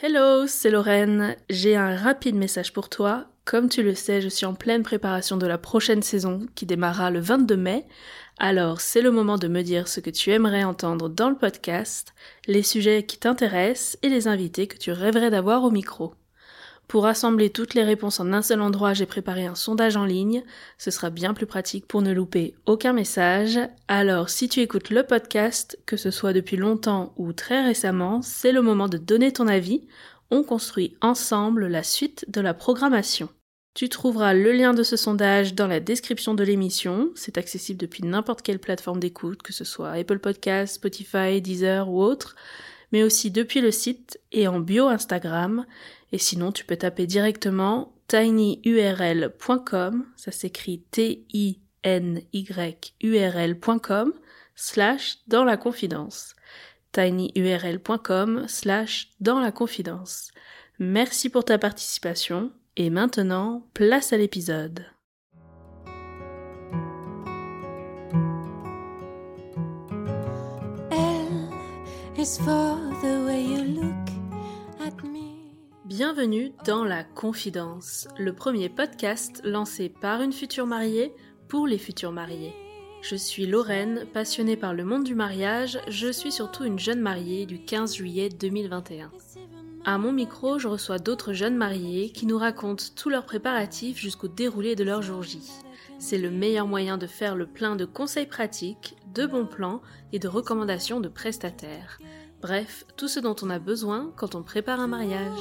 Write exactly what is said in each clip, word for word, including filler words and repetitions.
Hello, c'est Lorraine. J'ai un rapide message pour toi. Comme tu le sais, je suis en pleine préparation de la prochaine saison qui démarrera le vingt-deux mai. Alors, c'est le moment de me dire ce que tu aimerais entendre dans le podcast, les sujets qui t'intéressent et les invités que tu rêverais d'avoir au micro. Pour rassembler toutes les réponses en un seul endroit, j'ai préparé un sondage en ligne. Ce sera bien plus pratique pour ne louper aucun message. Alors, si tu écoutes le podcast, que ce soit depuis longtemps ou très récemment, c'est le moment de donner ton avis. On construit ensemble la suite de la programmation. Tu trouveras le lien de ce sondage dans la description de l'émission. C'est accessible depuis n'importe quelle plateforme d'écoute, que ce soit Apple Podcasts, Spotify, Deezer ou autre, mais aussi depuis le site et en bio Instagram. Et sinon, tu peux taper directement tinyurl point com, ça s'écrit T I N Y U R L point com, slash dans la confidence. tinyurl point com, slash dans la confidence. Merci pour ta participation, et maintenant, place à l'épisode. L is for the way you look at me. Bienvenue dans La Confidence, le premier podcast lancé par une future mariée pour les futurs mariés. Je suis Lorraine, passionnée par le monde du mariage, je suis surtout une jeune mariée du quinze juillet deux mille vingt et un. À mon micro, je reçois d'autres jeunes mariés qui nous racontent tous leurs préparatifs jusqu'au déroulé de leur jour J. C'est le meilleur moyen de faire le plein de conseils pratiques, de bons plans et de recommandations de prestataires. Bref, tout ce dont on a besoin quand on prépare un mariage.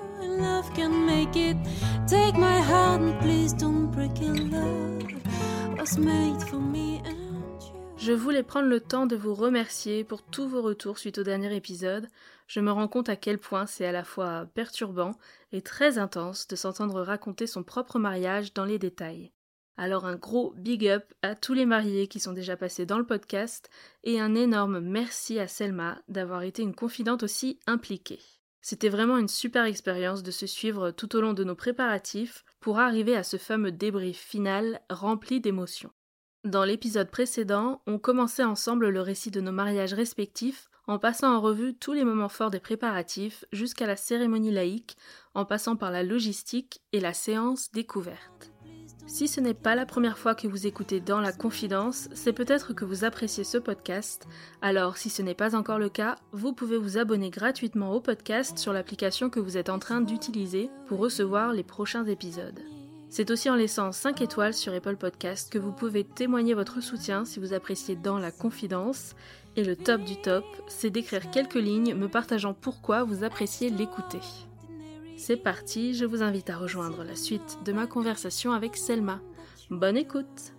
Love can make it. Take my heart and please don't break it. Love was made for me and you. Je voulais prendre le temps de vous remercier pour tous vos retours suite au dernier épisode. Je me rends compte à quel point c'est à la fois perturbant et très intense de s'entendre raconter son propre mariage dans les détails. Alors un gros big up à tous les mariés qui sont déjà passés dans le podcast et un énorme merci à Selma d'avoir été une confidente aussi impliquée. C'était vraiment une super expérience de se suivre tout au long de nos préparatifs pour arriver à ce fameux débrief final rempli d'émotions. Dans l'épisode précédent, on commençait ensemble le récit de nos mariages respectifs en passant en revue tous les moments forts des préparatifs jusqu'à la cérémonie laïque, en passant par la logistique et la séance découverte. Si ce n'est pas la première fois que vous écoutez Dans la Confidence, c'est peut-être que vous appréciez ce podcast. Alors, si ce n'est pas encore le cas, vous pouvez vous abonner gratuitement au podcast sur l'application que vous êtes en train d'utiliser pour recevoir les prochains épisodes. C'est aussi en laissant cinq étoiles sur Apple Podcasts que vous pouvez témoigner votre soutien si vous appréciez Dans la Confidence. Et le top du top, c'est d'écrire quelques lignes me partageant pourquoi vous appréciez l'écouter. C'est parti, je vous invite à rejoindre la suite de ma conversation avec Selma. Bonne écoute!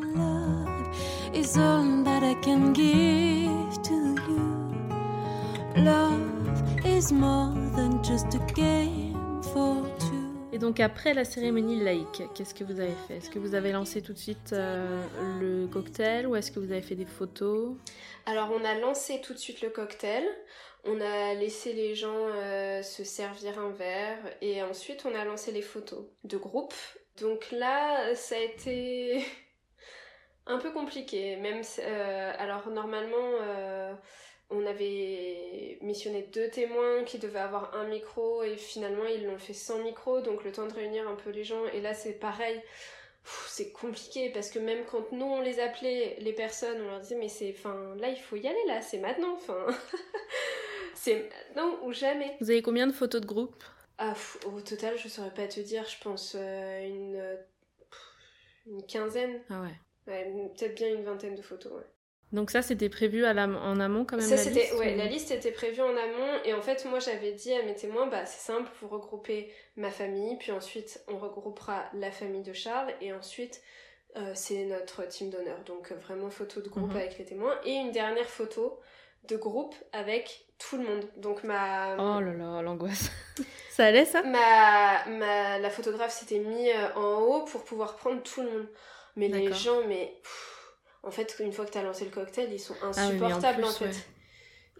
Love is all that I can give to you. Love is more than just a game for two. Et donc après la cérémonie laïque, qu'est-ce que vous avez fait? Est-ce que vous avez lancé tout de suite euh, le cocktail ou est-ce que vous avez fait des photos? Alors on a lancé tout de suite le cocktail, on a laissé les gens euh, se servir un verre et ensuite on a lancé les photos de groupe. Donc là ça a été un peu compliqué, même euh, alors normalement euh, on avait missionné deux témoins qui devaient avoir un micro et finalement ils l'ont fait sans micro, donc le temps de réunir un peu les gens, et là c'est pareil. Pff, c'est compliqué parce que même quand nous on les appelait, les personnes, on leur disait mais c'est, enfin là il faut y aller, là c'est maintenant, enfin c'est maintenant ou jamais. Vous avez combien de photos de groupe? Ah, pff, au total je saurais pas te dire, je pense euh, une, euh, une quinzaine. Ah ouais. Ouais, peut-être bien une vingtaine de photos, ouais. Donc ça c'était prévu à la, en amont quand même? Ça la c'était, liste, ouais, ou... la liste était prévue en amont et en fait moi j'avais dit à mes témoins, bah c'est simple, vous regroupez ma famille, puis ensuite on regroupera la famille de Charles et ensuite euh, c'est notre team d'honneur, donc euh, vraiment photo de groupe mmh. avec les témoins et une dernière photo de groupe avec tout le monde. Donc ma... Oh là là, l'angoisse. Ça allait ça? ma, ma... La photographe s'était mise en haut pour pouvoir prendre tout le monde. Mais D'accord. Les gens, mais... Pff, en fait, une fois que t'as lancé le cocktail, ils sont insupportables, ah oui, en, plus, en fait. Ouais.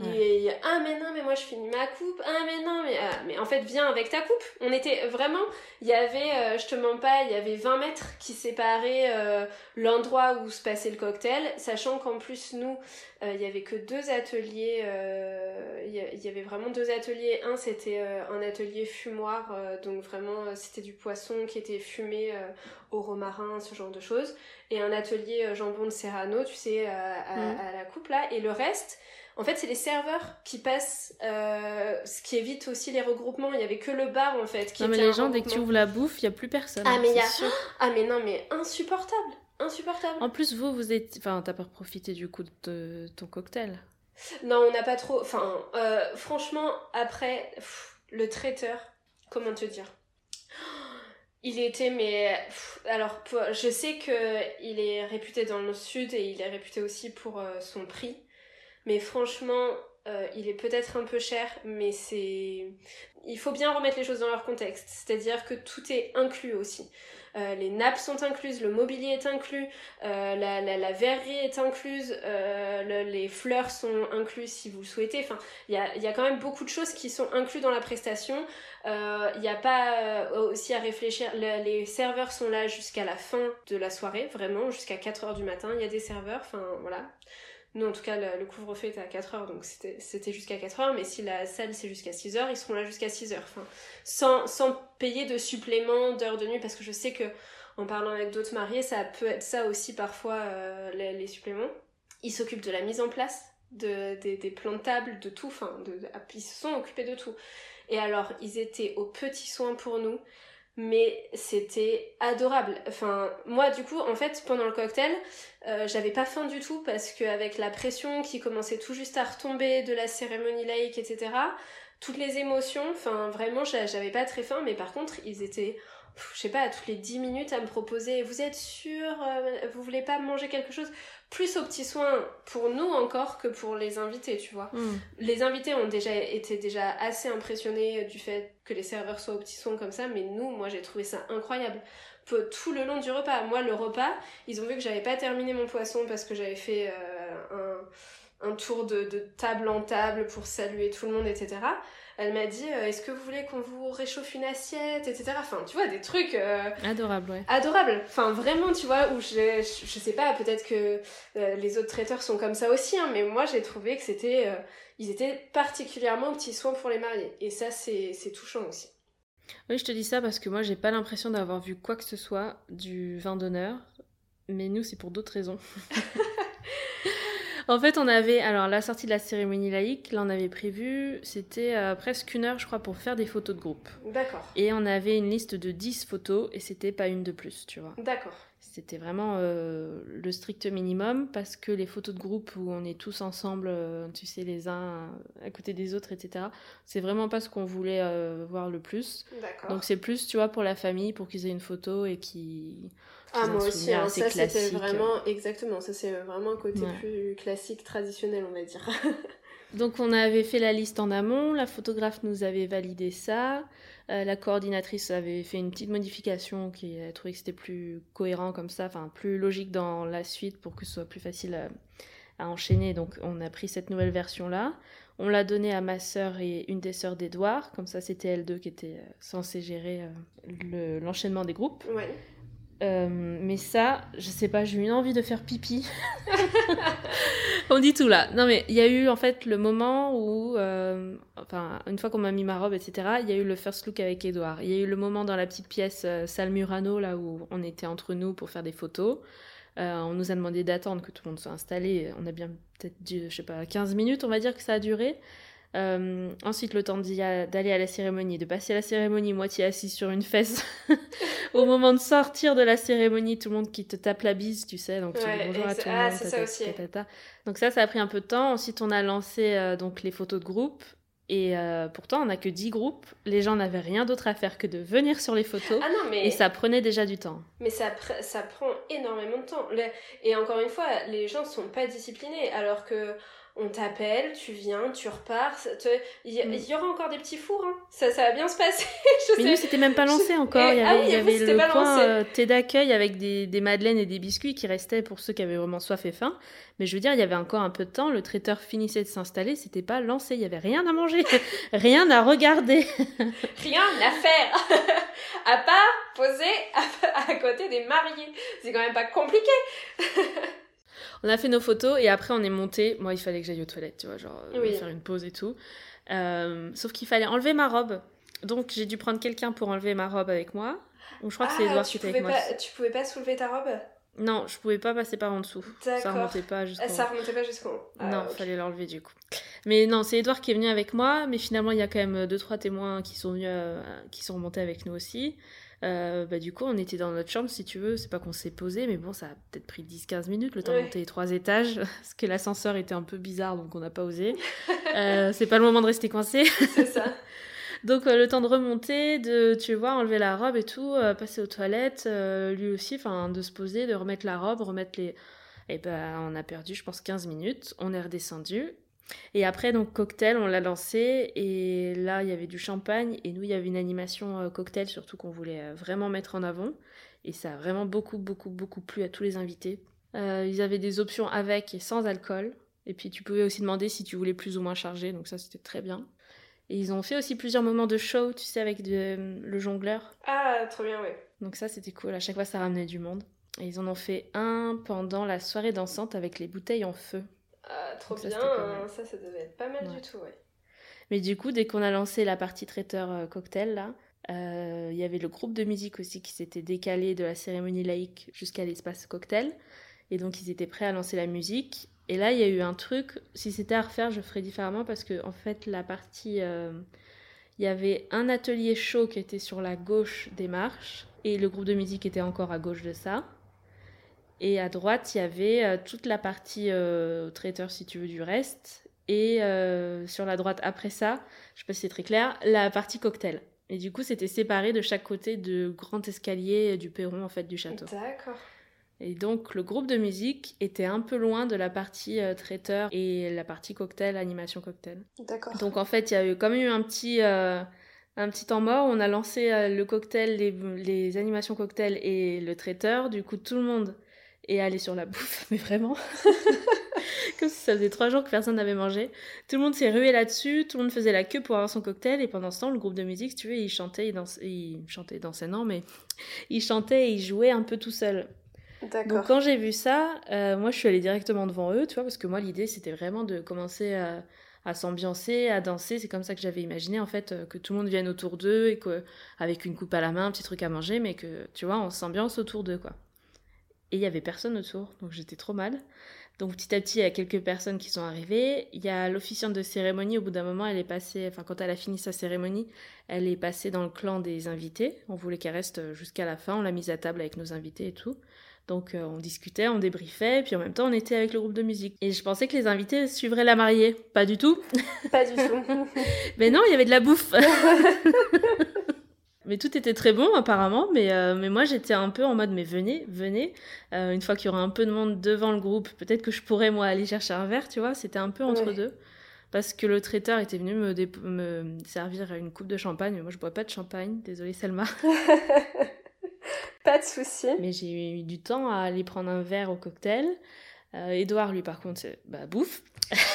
Ouais. Et, ah mais non mais moi je finis ma coupe, ah mais non mais ah, mais en fait viens avec ta coupe. On était vraiment, il y avait, euh, je te mens pas, il y avait vingt mètres qui séparaient euh, l'endroit où se passait le cocktail, sachant qu'en plus nous euh, il y avait que deux ateliers, euh, il, y, il y avait vraiment deux ateliers. Un c'était euh, un atelier fumoir, euh, donc vraiment euh, c'était du poisson qui était fumé euh, au romarin, ce genre de choses, et un atelier euh, jambon de Serrano, tu sais, euh, à, mmh. à la coupe là, et le reste. En fait, c'est les serveurs qui passent, euh, ce qui évite aussi les regroupements. Il y avait que le bar, en fait, qui non, mais les gens, dès que tu ouvres la bouffe, il n'y a plus personne. Ah, hein, mais il y a... sûr. Ah, mais non, mais insupportable. Insupportable. En plus, vous, vous êtes... Enfin, t'as pas profité, du coup, de ton cocktail? Non, on n'a pas trop... Enfin, euh, franchement, après, pff, le traiteur, comment te dire ? Il était, mais... Pff, alors, pour... je sais qu'il est réputé dans le sud et il est réputé aussi pour euh, son prix. Mais franchement, euh, il est peut-être un peu cher, mais c'est... Il faut bien remettre les choses dans leur contexte. C'est-à-dire que tout est inclus aussi. Euh, les nappes sont incluses, le mobilier est inclus, euh, la, la, la verrerie est incluse, euh, le, les fleurs sont incluses si vous le souhaitez. Enfin, il y a, y a quand même beaucoup de choses qui sont incluses dans la prestation. Il euh, n'y a pas euh, aussi à réfléchir. Le, les serveurs sont là jusqu'à la fin de la soirée, vraiment, jusqu'à quatre heures du matin. Il y a des serveurs, enfin voilà. Nous, en tout cas, le, le couvre-feu était à quatre heures, donc c'était, c'était jusqu'à quatre heures, mais si la salle, c'est jusqu'à six heures, ils seront là jusqu'à six heures. Enfin, sans, sans payer de supplément d'heures de nuit, parce que je sais que, en parlant avec d'autres mariés, ça peut être ça aussi, parfois, euh, les, les suppléments. Ils s'occupent de la mise en place, de, des, des plans de table, de tout, enfin, de, de, ils se sont occupés de tout. Et alors, ils étaient aux petits soins pour nous, mais c'était adorable. Enfin, moi, du coup, en fait, pendant le cocktail, euh, j'avais pas faim du tout parce qu'avec la pression qui commençait tout juste à retomber de la cérémonie laïque, et cetera, toutes les émotions, enfin, vraiment, j'avais pas très faim, mais par contre, ils étaient, je sais pas, à toutes les dix minutes à me proposer « Vous êtes sûr euh, Vous voulez pas manger quelque chose ?» Plus aux petits soins pour nous encore que pour les invités, tu vois. Mm. Les invités ont déjà été déjà assez impressionnés du fait que les serveurs soient aux petits soins comme ça, mais nous, moi, j'ai trouvé ça incroyable. Tout le long du repas. Moi, le repas, ils ont vu que j'avais pas terminé mon poisson parce que j'avais fait euh, un, un tour de, de table en table pour saluer tout le monde, et cetera. Elle m'a dit euh, est-ce que vous voulez qu'on vous réchauffe une assiette, et cetera. Enfin, tu vois, des trucs euh, adorables, ouais. Adorables. Enfin, vraiment, tu vois, où je, je, je sais pas, peut-être que euh, les autres traiteurs sont comme ça aussi, hein, mais moi, j'ai trouvé que c'était, euh, ils étaient particulièrement aux petits soins pour les mariés. Et ça, c'est, c'est touchant aussi. Oui, je te dis ça parce que moi, j'ai pas l'impression d'avoir vu quoi que ce soit du vin d'honneur, mais nous, c'est pour d'autres raisons. En fait, on avait, alors la sortie de la cérémonie laïque, là on avait prévu, c'était euh, presque une heure je crois pour faire des photos de groupe. D'accord. Et on avait une liste de dix photos et c'était pas une de plus, tu vois. D'accord. C'était vraiment euh, le strict minimum parce que les photos de groupe où on est tous ensemble, euh, tu sais, les uns à côté des autres, et cetera, c'est vraiment pas ce qu'on voulait euh, voir le plus. D'accord. Donc c'est plus, tu vois, pour la famille, pour qu'ils aient une photo et qu'ils... Ah, moi aussi, hein, ça classique. C'était vraiment, exactement, ça c'est vraiment un côté ouais. plus classique, traditionnel, on va dire. Donc on avait fait la liste en amont, la photographe nous avait validé ça, euh, la coordinatrice avait fait une petite modification qui a trouvé que c'était plus cohérent comme ça, enfin plus logique dans la suite pour que ce soit plus facile à, à enchaîner, donc on a pris cette nouvelle version-là. On l'a donnée à ma sœur et une des sœurs d'Edouard, comme ça c'était elles deux qui étaient euh, censées gérer euh, le, l'enchaînement des groupes. Ouais. Euh, mais ça, je sais pas, j'ai eu une envie de faire pipi. On dit tout là. Non mais il y a eu en fait le moment où, euh, enfin une fois qu'on m'a mis ma robe, et cetera, il y a eu le first look avec Edouard. Il y a eu le moment dans la petite pièce euh, salle Murano là où on était entre nous pour faire des photos. Euh, on nous a demandé d'attendre que tout le monde soit installé. On a bien peut-être dû, je sais pas, quinze minutes on va dire que ça a duré. Euh, ensuite le temps a, d'aller à la cérémonie, de passer la cérémonie moitié assis sur une fesse. Au moment de sortir de la cérémonie, tout le monde qui te tape la bise, tu sais, donc tu ouais, dis bonjour à tout le ah, monde. C'est tata, ça aussi. tata, tata. Donc ça, ça a pris un peu de temps. Ensuite, on a lancé euh, donc les photos de groupe. Et euh, pourtant, on n'a que dix groupes. Les gens n'avaient rien d'autre à faire que de venir sur les photos. Ah non, mais... Et ça prenait déjà du temps. Mais ça, pr- ça prend énormément de temps. Le... Et encore une fois, les gens ne sont pas disciplinés. Alors que on t'appelle, tu viens, tu repars. Il y, Mm. y aura encore des petits fours, hein. ça, ça va bien se passer. Je Mais sais. nous, c'était même pas lancé Je- encore. Et- Il y ah avait, oui, il y vous, avait c'était le pas coin lancé. euh, thé d'accueil avec des, des madeleines et des biscuits qui restaient pour ceux qui avaient vraiment soif et faim. Mais je veux dire, il y avait encore un peu de temps. Le traiteur finissait de s'installer. C'était pas lancé. Il y avait rien à manger, rien à regarder. Rien à faire, à part poser à, à côté des mariés. C'est quand même pas compliqué. On a fait nos photos et après on est monté. Moi, il fallait que j'aille aux toilettes, tu vois, genre euh, Oui. faire une pause et tout. Euh, sauf qu'il fallait enlever ma robe. Donc j'ai dû prendre quelqu'un pour enlever ma robe avec moi. Ou je crois que c'est Edouard qui tu était pouvais avec moi. pas, tu pouvais pas soulever ta robe? Non, je pouvais pas passer par en dessous. Ça D'accord. remontait pas jusqu'en Ah, ça remontait pas jusqu'en haut. Ah, Non, ok. fallait l'enlever du coup. Mais non, c'est Edouard qui est venu avec moi, mais finalement il y a quand même deux trois témoins qui sont venus, euh, qui sont remontés avec nous aussi. Euh, bah du coup on était dans notre chambre si tu veux, c'est pas qu'on s'est posé, mais bon ça a peut-être pris dix quinze minutes le temps Ouais. de monter les trois étages, parce que l'ascenseur était un peu bizarre donc on n'a pas osé. Euh, c'est pas le moment de rester coincé. C'est ça. Donc euh, le temps de remonter, de tu vois enlever la robe et tout, euh, passer aux toilettes, euh, lui aussi, enfin de se poser, de remettre la robe, remettre les... Et ben on a perdu je pense quinze minutes, on est redescendu. Et après donc cocktail, on l'a lancé et là il y avait du champagne et nous il y avait une animation euh, cocktail surtout qu'on voulait euh, vraiment mettre en avant et ça a vraiment beaucoup beaucoup beaucoup plu à tous les invités. Euh, ils avaient des options avec et sans alcool et puis tu pouvais aussi demander si tu voulais plus ou moins chargé donc ça c'était très bien. Et ils ont fait aussi plusieurs moments de show, tu sais, avec de, le jongleur. Ah, trop bien, oui. Donc ça, c'était cool. À chaque fois, ça ramenait du monde. Et ils en ont fait un pendant la soirée dansante avec les bouteilles en feu. Ah, trop Donc ça, bien. c'était pas mal. hein. Ça, ça devait être pas mal Ouais. du tout, ouais. Mais du coup, dès qu'on a lancé la partie traiteur euh, cocktail, là, euh, il y avait le groupe de musique aussi qui s'était décalé de la cérémonie laïque jusqu'à l'espace cocktail. Et donc, ils étaient prêts à lancer la musique. Et là, il y a eu un truc, si c'était à refaire, je ferais différemment parce que, en fait, la partie. euh, Il y avait un atelier chaud qui était sur la gauche des marches et le groupe de musique était encore à gauche de ça. Et à droite, il y avait euh, toute la partie euh, traiteur, si tu veux, du reste. Et euh, sur la droite, après ça, je sais pas si c'est très clair, la partie cocktail. Et du coup, c'était séparé de chaque côté de grand escalier du perron, en fait, du château. D'accord. Et donc, le groupe de musique était un peu loin de la partie euh, traiteur et la partie cocktail, animation cocktail. D'accord. Donc, en fait, il y a eu quand même eu un petit, euh, un petit temps mort. On a lancé euh, le cocktail, les, les animations cocktail et le traiteur. Du coup, tout le monde est allé sur la bouffe, mais vraiment. Comme si ça faisait trois jours que personne n'avait mangé. Tout le monde s'est rué là-dessus, tout le monde faisait la queue pour avoir son cocktail, et pendant ce temps, le groupe de musique, si tu veux, il chantait, il dansait, il chantait, dansait, non, mais il chantait et il jouait un peu tout seul. D'accord. Donc quand j'ai vu ça, euh, moi je suis allée directement devant eux, tu vois, parce que moi l'idée c'était vraiment de commencer à, à s'ambiancer, à danser. C'est comme ça que j'avais imaginé en fait euh, que tout le monde vienne autour d'eux et qu'avec une coupe à la main, un petit truc à manger, mais que tu vois, on s'ambiance autour d'eux quoi. Et il y avait personne autour, donc j'étais trop mal. Donc petit à petit, il y a quelques personnes qui sont arrivées. Il y a l'officiante de cérémonie, au bout d'un moment, elle est passée, enfin quand elle a fini sa cérémonie, elle est passée dans le clan des invités. On voulait qu'elle reste jusqu'à la fin, on l'a mise à table avec nos invités et tout. Donc euh, on discutait, on débriefait, et puis en même temps on était avec le groupe de musique. Et je pensais que les invités suivraient la mariée. Pas du tout. Pas du tout. Mais non, il y avait de la bouffe. Mais tout était très bon apparemment, mais, euh, mais moi j'étais un peu en mode mais venez, venez. Euh, une fois qu'il y aura un peu de monde devant le groupe, peut-être que je pourrais moi aller chercher un verre, tu vois. C'était un peu entre Ouais. deux. Parce que le traiteur était venu me, dé- me servir une coupe de champagne. Moi je bois pas de champagne, désolée Selma. Pas de souci. Mais j'ai eu du temps à aller prendre un verre au cocktail. Euh, Edouard, lui, par contre, c'est, bah, bouffe.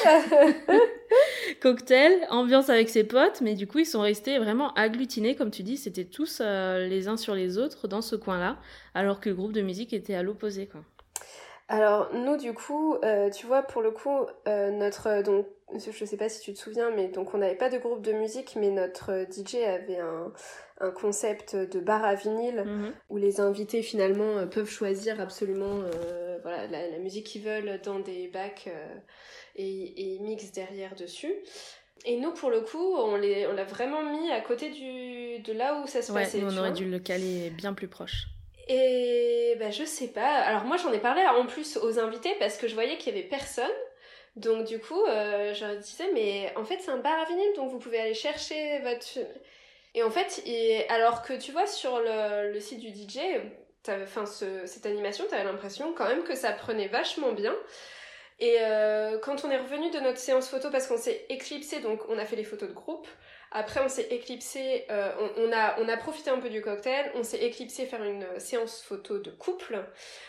Cocktail, ambiance avec ses potes, mais du coup, ils sont restés vraiment agglutinés, comme tu dis. C'était tous euh, les uns sur les autres dans ce coin-là, alors que le groupe de musique était à l'opposé, quoi. Alors nous du coup, euh, tu vois pour le coup, euh, notre donc je sais pas si tu te souviens, mais donc on n'avait pas de groupe de musique, mais notre D J avait un un concept de bar à vinyle Mhm. où les invités finalement euh, peuvent choisir absolument euh, voilà la, la musique qu'ils veulent dans des bacs euh, et, et ils mixent derrière dessus. Et nous pour le coup, on les on l'a vraiment mis à côté du de là où ça se Ouais, passait. nous, on tu aurait vois. dû le caler bien plus proche. Et bah je sais pas. Alors moi j'en ai parlé en plus aux invités parce que je voyais qu'il y avait personne. Donc du coup euh, je leur disais mais en fait c'est un bar à vinyle donc vous pouvez aller chercher votre... Et en fait, et... alors que tu vois sur le, le site du D J, t'avais, enfin, ce, cette animation, t'avais l'impression quand même que ça prenait vachement bien. Et euh, quand on est revenu de notre séance photo, parce qu'on s'est éclipsé, donc on a fait les photos de groupe, après on s'est éclipsé, euh, on, on, a, on a profité un peu du cocktail, on s'est éclipsé faire une séance photo de couple,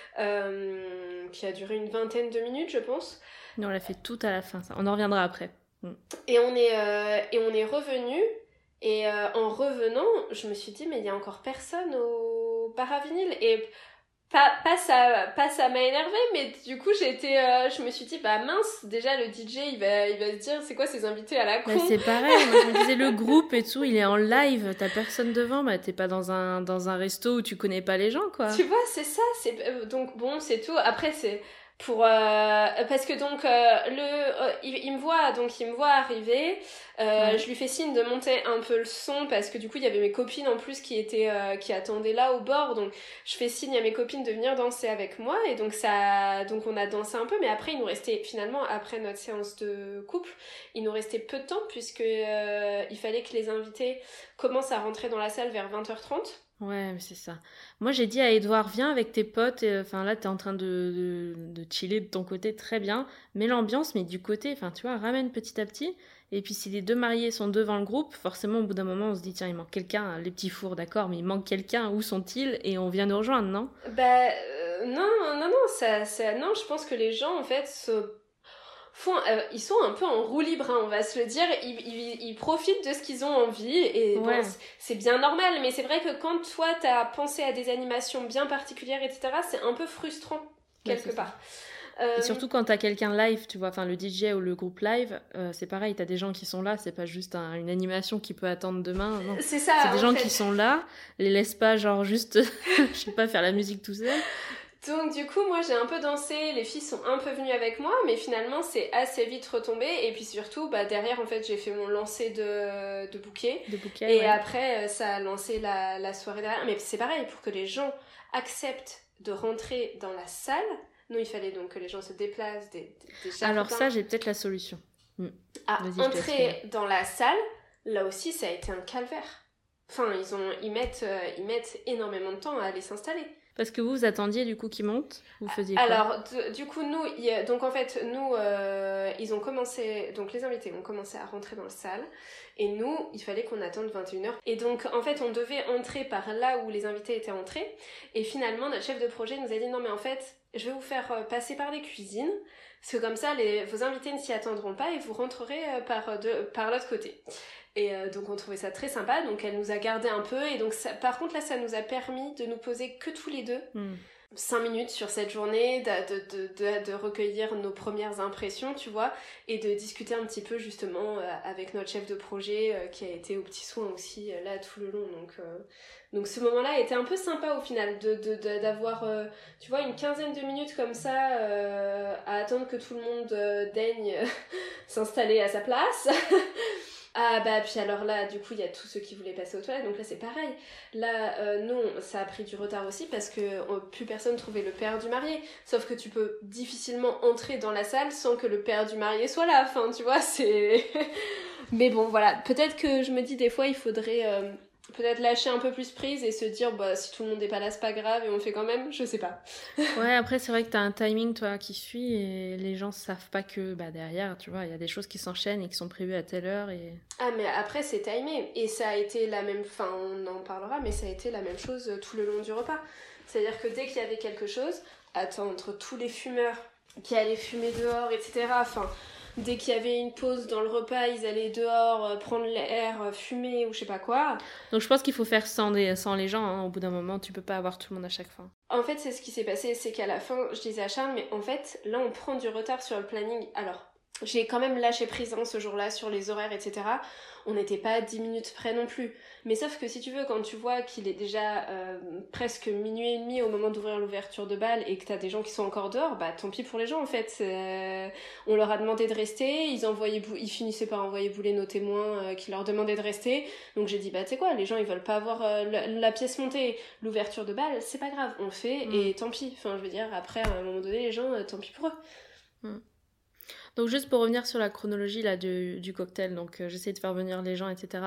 euh, qui a duré une vingtaine de minutes, je pense. Nous, on l'a fait tout à la fin, ça. On en reviendra après. Mm. Et on est, euh, et on est revenu, et euh, en revenant, je me suis dit, mais il y a encore personne au bar à vinyle. Et pas, pas, ça, pas ça m'a énervé, mais du coup, j'étais, euh, je me suis dit, bah mince, déjà le D J, il va, il va se dire, c'est quoi ces invités à la con? Bah, c'est pareil, moi je me disais, le groupe et tout, il est en live, t'as personne devant, bah t'es pas dans un, dans un resto où tu connais pas les gens, quoi. Tu vois, c'est ça, c'est, euh, donc bon, c'est tout. Après, c'est pour, euh, parce que donc, euh, le, euh, il, il me voit, donc il me voit arriver, euh, Ouais. je lui fais signe de monter un peu le son, parce que du coup, il y avait mes copines en plus qui étaient, euh, qui attendaient là au bord, donc je fais signe à mes copines de venir danser avec moi, et donc ça, donc on a dansé un peu, mais après, il nous restait, finalement, après notre séance de couple, il nous restait peu de temps, puisque euh, il fallait que les invités commencent à rentrer dans la salle vers vingt heures trente. Ouais, mais c'est ça. Moi, j'ai dit à Edouard, viens avec tes potes. et, Enfin, là, t'es en train de, de, de chiller de ton côté, très bien. Mets l'ambiance, mais du côté, enfin, tu vois, ramène petit à petit. Et puis, si les deux mariés sont devant le groupe, forcément, au bout d'un moment, on se dit, tiens, il manque quelqu'un. Les petits fours, d'accord, mais il manque quelqu'un. Où sont-ils? Et on vient nous rejoindre, non? Bah, euh, non, non, non, ça, ça, non, je pense que les gens, en fait, se font, euh, ils sont un peu en roue libre, hein, on va se le dire, ils, ils, ils profitent de ce qu'ils ont envie, et Ouais. bon, c'est- c'est bien normal, mais c'est vrai que quand toi, t'as pensé à des animations bien particulières, et cetera, c'est un peu frustrant, Ouais, quelque c'est ça. part. Euh, Et surtout quand t'as quelqu'un live, tu vois, enfin le D J ou le groupe live, euh, c'est pareil, t'as des gens qui sont là, c'est pas juste un- une animation qui peut attendre demain, non. c'est ça, C'est des en gens fait. qui sont là, les laisse pas genre juste, je sais pas, faire la musique tout seul. Donc du coup, moi j'ai un peu dansé, les filles sont un peu venues avec moi, mais finalement c'est assez vite retombé, et puis surtout, bah derrière en fait j'ai fait mon lancer de, de bouquet, De bouquet, et ouais. après euh, ça a lancé la, la soirée derrière. Mais c'est pareil, pour que les gens acceptent de rentrer dans la salle, nous il fallait donc que les gens se déplacent des, des, des jardins Alors ça, j'ai peut-être la solution. Hmm. à Vas-y, je te laisse entrer finir. dans la salle. Là aussi ça a été un calvaire. Enfin, ils, ont, ils, mettent, euh, ils mettent énormément de temps à aller s'installer. Parce que vous, vous attendiez du coup qu'ils montent, vous faisiez quoi? Alors, d- du coup, nous, y a- donc en fait, nous, euh, ils ont commencé, donc les invités ont commencé à rentrer dans la salle, et nous, il fallait qu'on attende vingt et une heures. Et donc, en fait, on devait entrer par là où les invités étaient entrés, et finalement, notre chef de projet nous a dit, non mais en fait, je vais vous faire euh, passer par les cuisines, parce que comme ça, les, vos invités ne s'y attendront pas, et vous rentrerez euh, par, de, par l'autre côté. Et euh, donc on trouvait ça très sympa, donc elle nous a gardé un peu, et donc ça, par contre là ça nous a permis de nous poser que tous les deux, Hmm. cinq minutes sur cette journée, de, de, de, de, de recueillir nos premières impressions, tu vois, et de discuter un petit peu justement euh, avec notre chef de projet euh, qui a été aux petits soins aussi euh, là tout le long, donc, euh, donc ce moment-là était un peu sympa au final, de, de, de, d'avoir, euh, tu vois, une quinzaine de minutes comme ça euh, à attendre que tout le monde euh, daigne s'installer à sa place. Ah bah puis alors là du coup il y a tous ceux qui voulaient passer aux toilettes, donc là c'est pareil, là euh, non ça a pris du retard aussi parce que euh, plus personne trouvait le père du marié, sauf que tu peux difficilement entrer dans la salle sans que le père du marié soit là, enfin tu vois c'est... Mais bon voilà, peut-être que je me dis des fois il faudrait euh, peut-être lâcher un peu plus prise et se dire bah si tout le monde n'est pas là c'est pas grave et on fait quand même, je sais pas. Ouais, après c'est vrai que t'as un timing toi qui suit et les gens savent pas que bah derrière, tu vois, il y a des choses qui s'enchaînent et qui sont prévues à telle heure et... Ah mais après c'est timé, et ça a été la même, enfin on en parlera, mais ça a été la même chose tout le long du repas. C'est-à-dire que dès qu'il y avait quelque chose, attends, entre tous les fumeurs qui allaient fumer dehors, et cetera, enfin, dès qu'il y avait une pause dans le repas, ils allaient dehors euh, prendre l'air, euh, fumer ou je sais pas quoi. Donc je pense qu'il faut faire sans, des, sans les gens, hein. Au bout d'un moment, tu peux pas avoir tout le monde à chaque fois. En fait c'est ce qui s'est passé, c'est qu'à la fin, je disais à Charles, mais en fait là on prend du retard sur le planning, alors... J'ai quand même lâché prise hein, ce jour-là sur les horaires, et cetera. On n'était pas à dix minutes près non plus. Mais sauf que si tu veux, quand tu vois qu'il est déjà euh, presque minuit et demi au moment d'ouvrir l'ouverture de bal et que t'as des gens qui sont encore dehors, bah tant pis pour les gens en fait. Euh, on leur a demandé de rester, ils, envoyaient bou- ils finissaient par envoyer bouler nos témoins euh, qui leur demandaient de rester. Donc j'ai dit bah tu sais quoi, les gens ils veulent pas avoir euh, la, la pièce montée, l'ouverture de bal, c'est pas grave, on le fait Mm. et tant pis. Enfin je veux dire, après à un moment donné les gens, euh, tant pis pour eux. Mm. Donc juste pour revenir sur la chronologie là, du, du cocktail, donc euh, j'essaie de faire venir les gens, et cetera.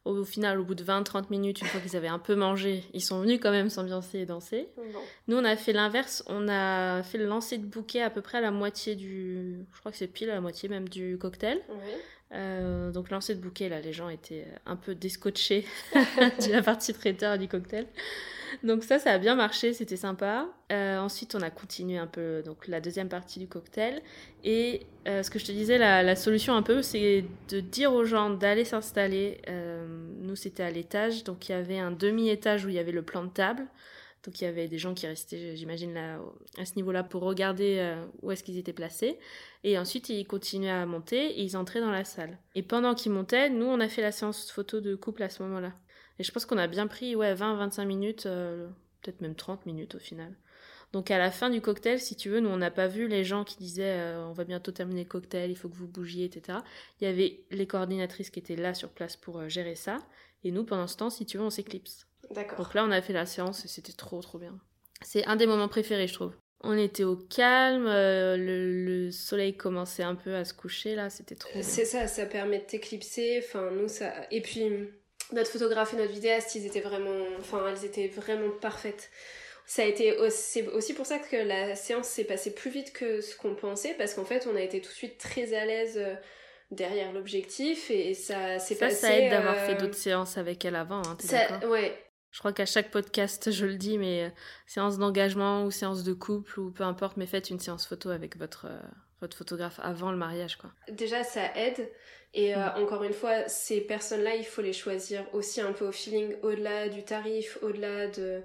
Au, au final, au bout de vingt à trente minutes, une fois qu'ils avaient un peu mangé, ils sont venus quand même s'ambiancer et danser. Bon. Nous, on a fait l'inverse. On a fait le lancer de bouquet à peu près à la moitié du... Je crois que c'est pile à la moitié même du cocktail. Oui. Euh, donc, lancer de bouquet, là, les gens étaient un peu descotchés de la partie traiteur du cocktail. Donc ça, ça a bien marché, c'était sympa. Euh, ensuite, on a continué un peu donc, la deuxième partie du cocktail. Et euh, ce que je te disais, la, la solution un peu, c'est de dire aux gens d'aller s'installer. Euh, nous, c'était à l'étage, donc il y avait un demi-étage où il y avait le plan de table. Donc il y avait des gens qui restaient, j'imagine, là, à ce niveau-là pour regarder euh, où est-ce qu'ils étaient placés. Et ensuite, ils continuaient à monter et ils entraient dans la salle. Et pendant qu'ils montaient, nous, on a fait la séance photo de couple à ce moment-là. Et je pense qu'on a bien pris ouais, vingt à vingt-cinq minutes, euh, peut-être même trente minutes au final. Donc à la fin du cocktail, si tu veux, nous on n'a pas vu les gens qui disaient euh, on va bientôt terminer le cocktail, il faut que vous bougiez, et cetera. Il y avait les coordinatrices qui étaient là sur place pour euh, gérer ça. Et nous, pendant ce temps, si tu veux, on s'éclipse. D'accord. Donc là, on a fait la séance et c'était trop trop bien. C'est un des moments préférés, je trouve. On était au calme, euh, le, le soleil commençait un peu à se coucher, là, c'était trop bien. C'est ça, ça permet de t'éclipser, enfin nous ça... Et puis... Notre photographe et notre vidéaste, ils étaient vraiment, enfin, elles étaient vraiment parfaites. Ça a été aussi, c'est aussi pour ça que la séance s'est passée plus vite que ce qu'on pensait, parce qu'en fait, on a été tout de suite très à l'aise derrière l'objectif et ça s'est ça, passé. Ça aide d'avoir euh... fait d'autres séances avec elle avant, hein, t'es ça, d'accord ? Ouais. Je crois qu'à chaque podcast, je le dis, mais euh, séance d'engagement ou séance de couple ou peu importe, mais faites une séance photo avec votre, euh, votre photographe avant le mariage, quoi. Déjà, ça aide. Et euh, mmh. encore une fois, ces personnes-là, il faut les choisir aussi un peu au feeling, au-delà du tarif, au-delà de,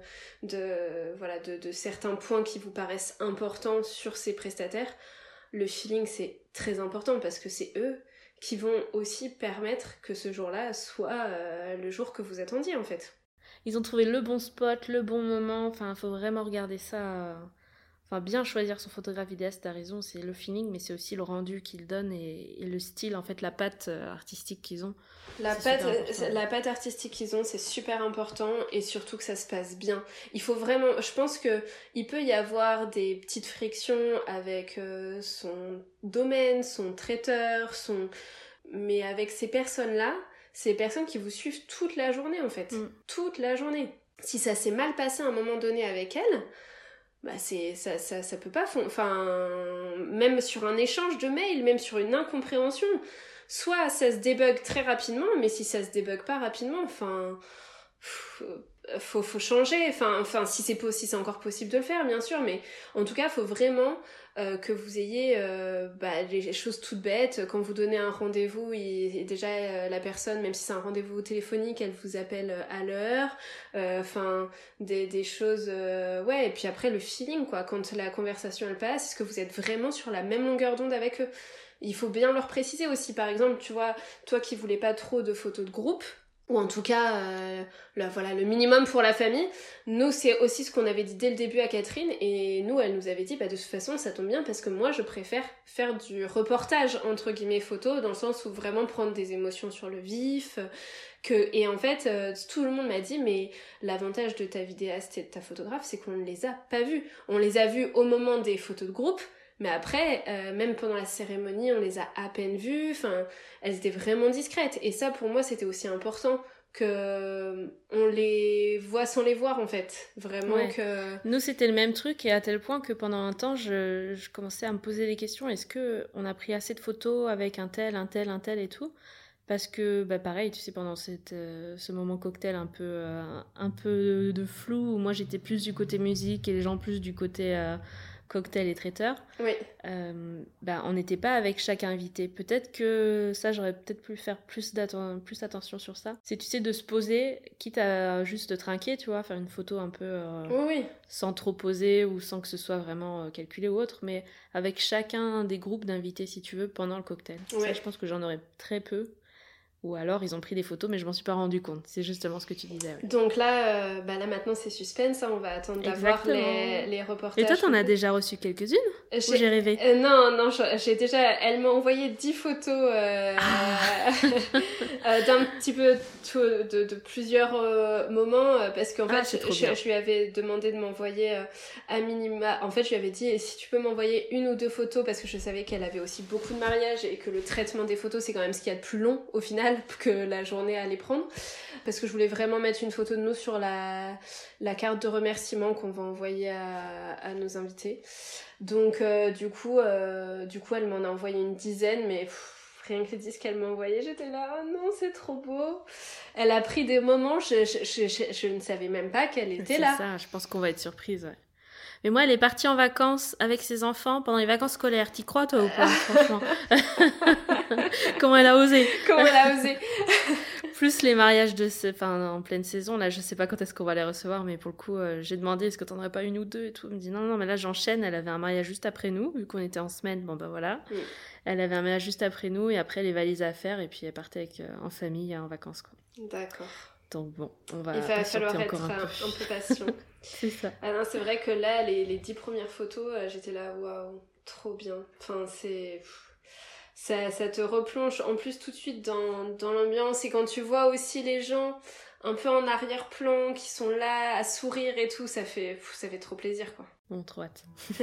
de, voilà, de, de certains points qui vous paraissent importants sur ces prestataires. Le feeling, c'est très important parce que c'est eux qui vont aussi permettre que ce jour-là soit euh, le jour que vous attendiez, en fait. Ils ont trouvé le bon spot, le bon moment, enfin, il faut vraiment regarder ça... Euh... Enfin, bien choisir son photographe vidéaste, t'as raison, c'est le feeling, mais c'est aussi le rendu qu'ils donnent et, et le style, en fait, la patte artistique qu'ils ont. La patte, la patte artistique qu'ils ont, c'est super important et surtout que ça se passe bien. Il faut vraiment, je pense que il peut y avoir des petites frictions avec euh, son domaine, son traiteur, son, mais avec ces personnes-là, ces personnes qui vous suivent toute la journée, en fait, mm. toute la journée. Si ça s'est mal passé à un moment donné avec elles, bah c'est ça ça ça peut pas enfin même sur un échange de mails, même sur une incompréhension, soit ça se débug très rapidement, mais si ça se débug pas rapidement, enfin faut faut changer, enfin enfin si c'est si c'est encore possible de le faire, bien sûr, mais en tout cas faut vraiment euh, que vous ayez euh, bah, les choses toutes bêtes. Quand vous donnez un rendez-vous, il, déjà euh, la personne, même si c'est un rendez-vous téléphonique, elle vous appelle à l'heure, enfin euh, des, des choses euh, ouais, et puis après le feeling, quoi, quand la conversation elle passe, est-ce que vous êtes vraiment sur la même longueur d'onde avec eux? Il faut bien leur préciser aussi, par exemple, tu vois, toi qui voulais pas trop de photos de groupe, ou en tout cas euh, là, voilà, le minimum pour la famille, nous c'est aussi ce qu'on avait dit dès le début à Catherine, et nous elle nous avait dit bah de toute façon ça tombe bien parce que moi je préfère faire du reportage entre guillemets photo, dans le sens où vraiment prendre des émotions sur le vif, que... et en fait euh, tout le monde m'a dit mais l'avantage de ta vidéaste et de ta photographe c'est qu'on ne les a pas vus, on les a vus au moment des photos de groupe, mais après, euh, même pendant la cérémonie, on les a à peine vues, enfin, elles étaient vraiment discrètes. Et ça, pour moi, c'était aussi important que on les voit sans les voir, en fait. Vraiment ouais. que... Nous, c'était le même truc, et à tel point que pendant un temps, je, je commençais à me poser des questions. Est-ce qu'on a pris assez de photos avec un tel, un tel, un tel et tout ? Parce que, bah pareil, tu sais, pendant cette, euh, ce moment cocktail un peu, euh, un peu de flou, où moi, j'étais plus du côté musique et les gens plus du côté... Euh, cocktail et traiteur, oui. euh, bah, on n'était pas avec chaque invité. Peut-être que ça, j'aurais peut-être pu faire plus, d'atten- plus attention sur ça. C'est, tu sais, de se poser, quitte à juste de trinquer, tu vois, faire une photo un peu euh, oui, oui. sans trop poser ou sans que ce soit vraiment euh, calculé ou autre, mais avec chacun des groupes d'invités, si tu veux, pendant le cocktail. Oui. Ça, je pense que j'en aurais très peu. Ou alors ils ont pris des photos mais je m'en suis pas rendu compte. C'est justement ce que tu disais. Ouais. Donc là, euh, bah là maintenant c'est suspense, hein, on va attendre d'avoir les, les reportages. Et toi t'en as déjà reçu quelques-unes j'ai... Ou j'ai rêvé euh, Non, non, j'ai déjà... Elle m'a envoyé dix photos euh, ah. euh, d'un petit peu de, de, de plusieurs euh, moments euh, parce qu'en ah, fait je, je lui avais demandé de m'envoyer euh, à minima... En fait je lui avais dit si tu peux m'envoyer une ou deux photos parce que je savais qu'elle avait aussi beaucoup de mariages et que le traitement des photos c'est quand même ce qu'il y a de plus long au final. mal que la journée allait prendre, parce que je voulais vraiment mettre une photo de nous sur la, la carte de remerciement qu'on va envoyer à, à nos invités. Donc euh, du coup, euh, du coup, elle m'en a envoyé une dizaine, mais pff, rien que les dix qu'elle m'a envoyé, j'étais là, oh non, c'est trop beau. Elle a pris des moments, je, je, je, je, je ne savais même pas qu'elle était c'est là. C'est ça, je pense qu'on va être surprise, ouais. Mais moi, elle est partie en vacances avec ses enfants pendant les vacances scolaires. T'y crois, toi, ou pas, franchement? Comment elle a osé? Comment elle a osé? Plus les mariages de ce... enfin, en pleine saison, là, je sais pas quand est-ce qu'on va les recevoir, mais pour le coup, euh, j'ai demandé est-ce que t'en aurais pas une ou deux et tout. Elle me dit non, non, mais là, j'enchaîne. Elle avait un mariage juste après nous, vu qu'on était en semaine. Bon, ben voilà. Mm. Elle avait un mariage juste après nous, et après, les valises à faire, et puis elle partait avec, euh, en famille, en vacances, quoi. D'accord. Donc bon, on va Il va falloir être encore un, un, peu. un peu patient. C'est ça. Ah non, c'est vrai que là, les, les dix premières photos, euh, j'étais là, waouh, trop bien. Enfin, c'est... Ça, ça te replonge en plus tout de suite dans, dans l'ambiance. Et quand tu vois aussi les gens un peu en arrière-plan qui sont là à sourire et tout, ça fait, ça fait trop plaisir, quoi. Bon, trop hâte.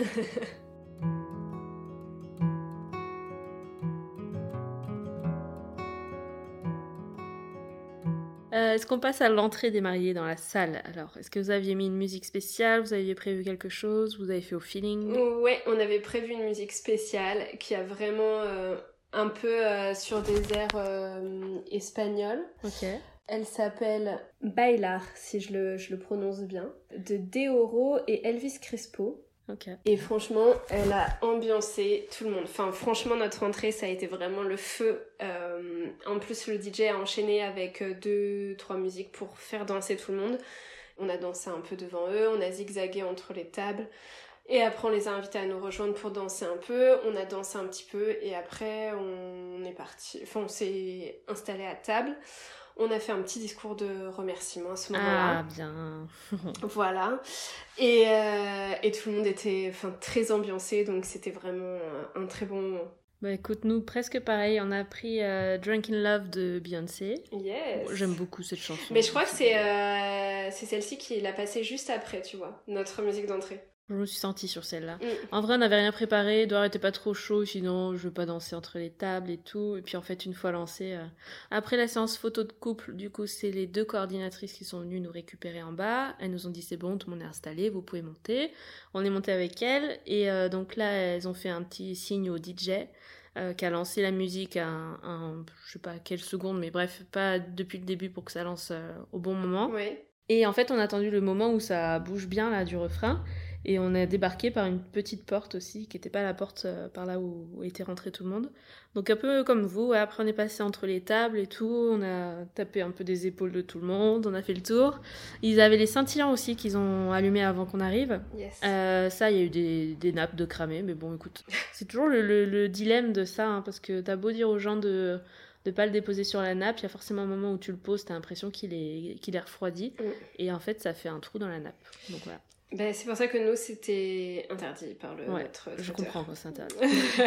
Euh, est-ce qu'on passe à l'entrée des mariés dans la salle? Alors, est-ce que vous aviez mis une musique spéciale? Vous aviez prévu quelque chose? Vous avez fait au feeling? Ouais, on avait prévu une musique spéciale qui a vraiment euh, un peu euh, sur des airs euh, espagnols. Ok. Elle s'appelle Bailar, si je le, je le prononce bien, de Deoro et Elvis Crespo. Okay. Et franchement, elle a ambiancé tout le monde. Enfin, franchement, notre entrée, ça a été vraiment le feu. Euh, en plus, le D J a enchaîné avec deux, trois musiques pour faire danser tout le monde. On a dansé un peu devant eux, on a zigzagué entre les tables. Et après, on les a invités à nous rejoindre pour danser un peu. On a dansé un petit peu et après, on est parti. Enfin, on s'est installé à table. On a fait un petit discours de remerciement à ce moment-là. Ah, bien. Voilà. Et, euh, et tout le monde était enfin, très ambiancé, donc c'était vraiment un très bon moment. Bah écoute, nous, presque pareil. On a pris euh, Drunk in Love de Beyoncé. Yes. Bon, j'aime beaucoup cette chanson. Mais je crois que c'est, euh, c'est celle-ci qui l'a passée juste après, tu vois, notre musique d'entrée. Je me suis sentie sur celle-là. Mm. En vrai, on n'avait rien préparé. Edouard était pas trop chaud, sinon je veux pas danser entre les tables et tout. Et puis en fait, une fois lancé, euh... après la séance photo de couple, du coup, c'est les deux coordinatrices qui sont venues nous récupérer en bas. Elles nous ont dit c'est bon, tout le monde est installé, vous pouvez monter. On est monté avec elles et euh, donc là, elles ont fait un petit signe au D J. Euh, qui a lancé la musique à un, un, je sais pas à quelle seconde, mais bref, pas depuis le début pour que ça lance euh, au bon moment. Oui. Et en fait, on a attendu le moment où ça bouge bien là du refrain. Et on a débarqué par une petite porte aussi, qui n'était pas la porte euh, par là où, où était rentré tout le monde. Donc un peu comme vous, ouais, après on est passé entre les tables et tout, on a tapé un peu des épaules de tout le monde, on a fait le tour. Ils avaient les scintillants aussi qu'ils ont allumés avant qu'on arrive. Yes. Euh, ça, il y a eu des, des nappes de cramées, mais bon, écoute, c'est toujours le, le, le dilemme de ça, hein, parce que t'as beau dire aux gens de de pas le déposer sur la nappe, il y a forcément un moment où tu le poses, t'as l'impression qu'il est, qu'il est refroidi, mm. et en fait, ça fait un trou dans la nappe. Donc voilà. Ben, c'est pour ça que nous, c'était interdit par le ouais, notre je traiteur. comprends quand c'est interdit.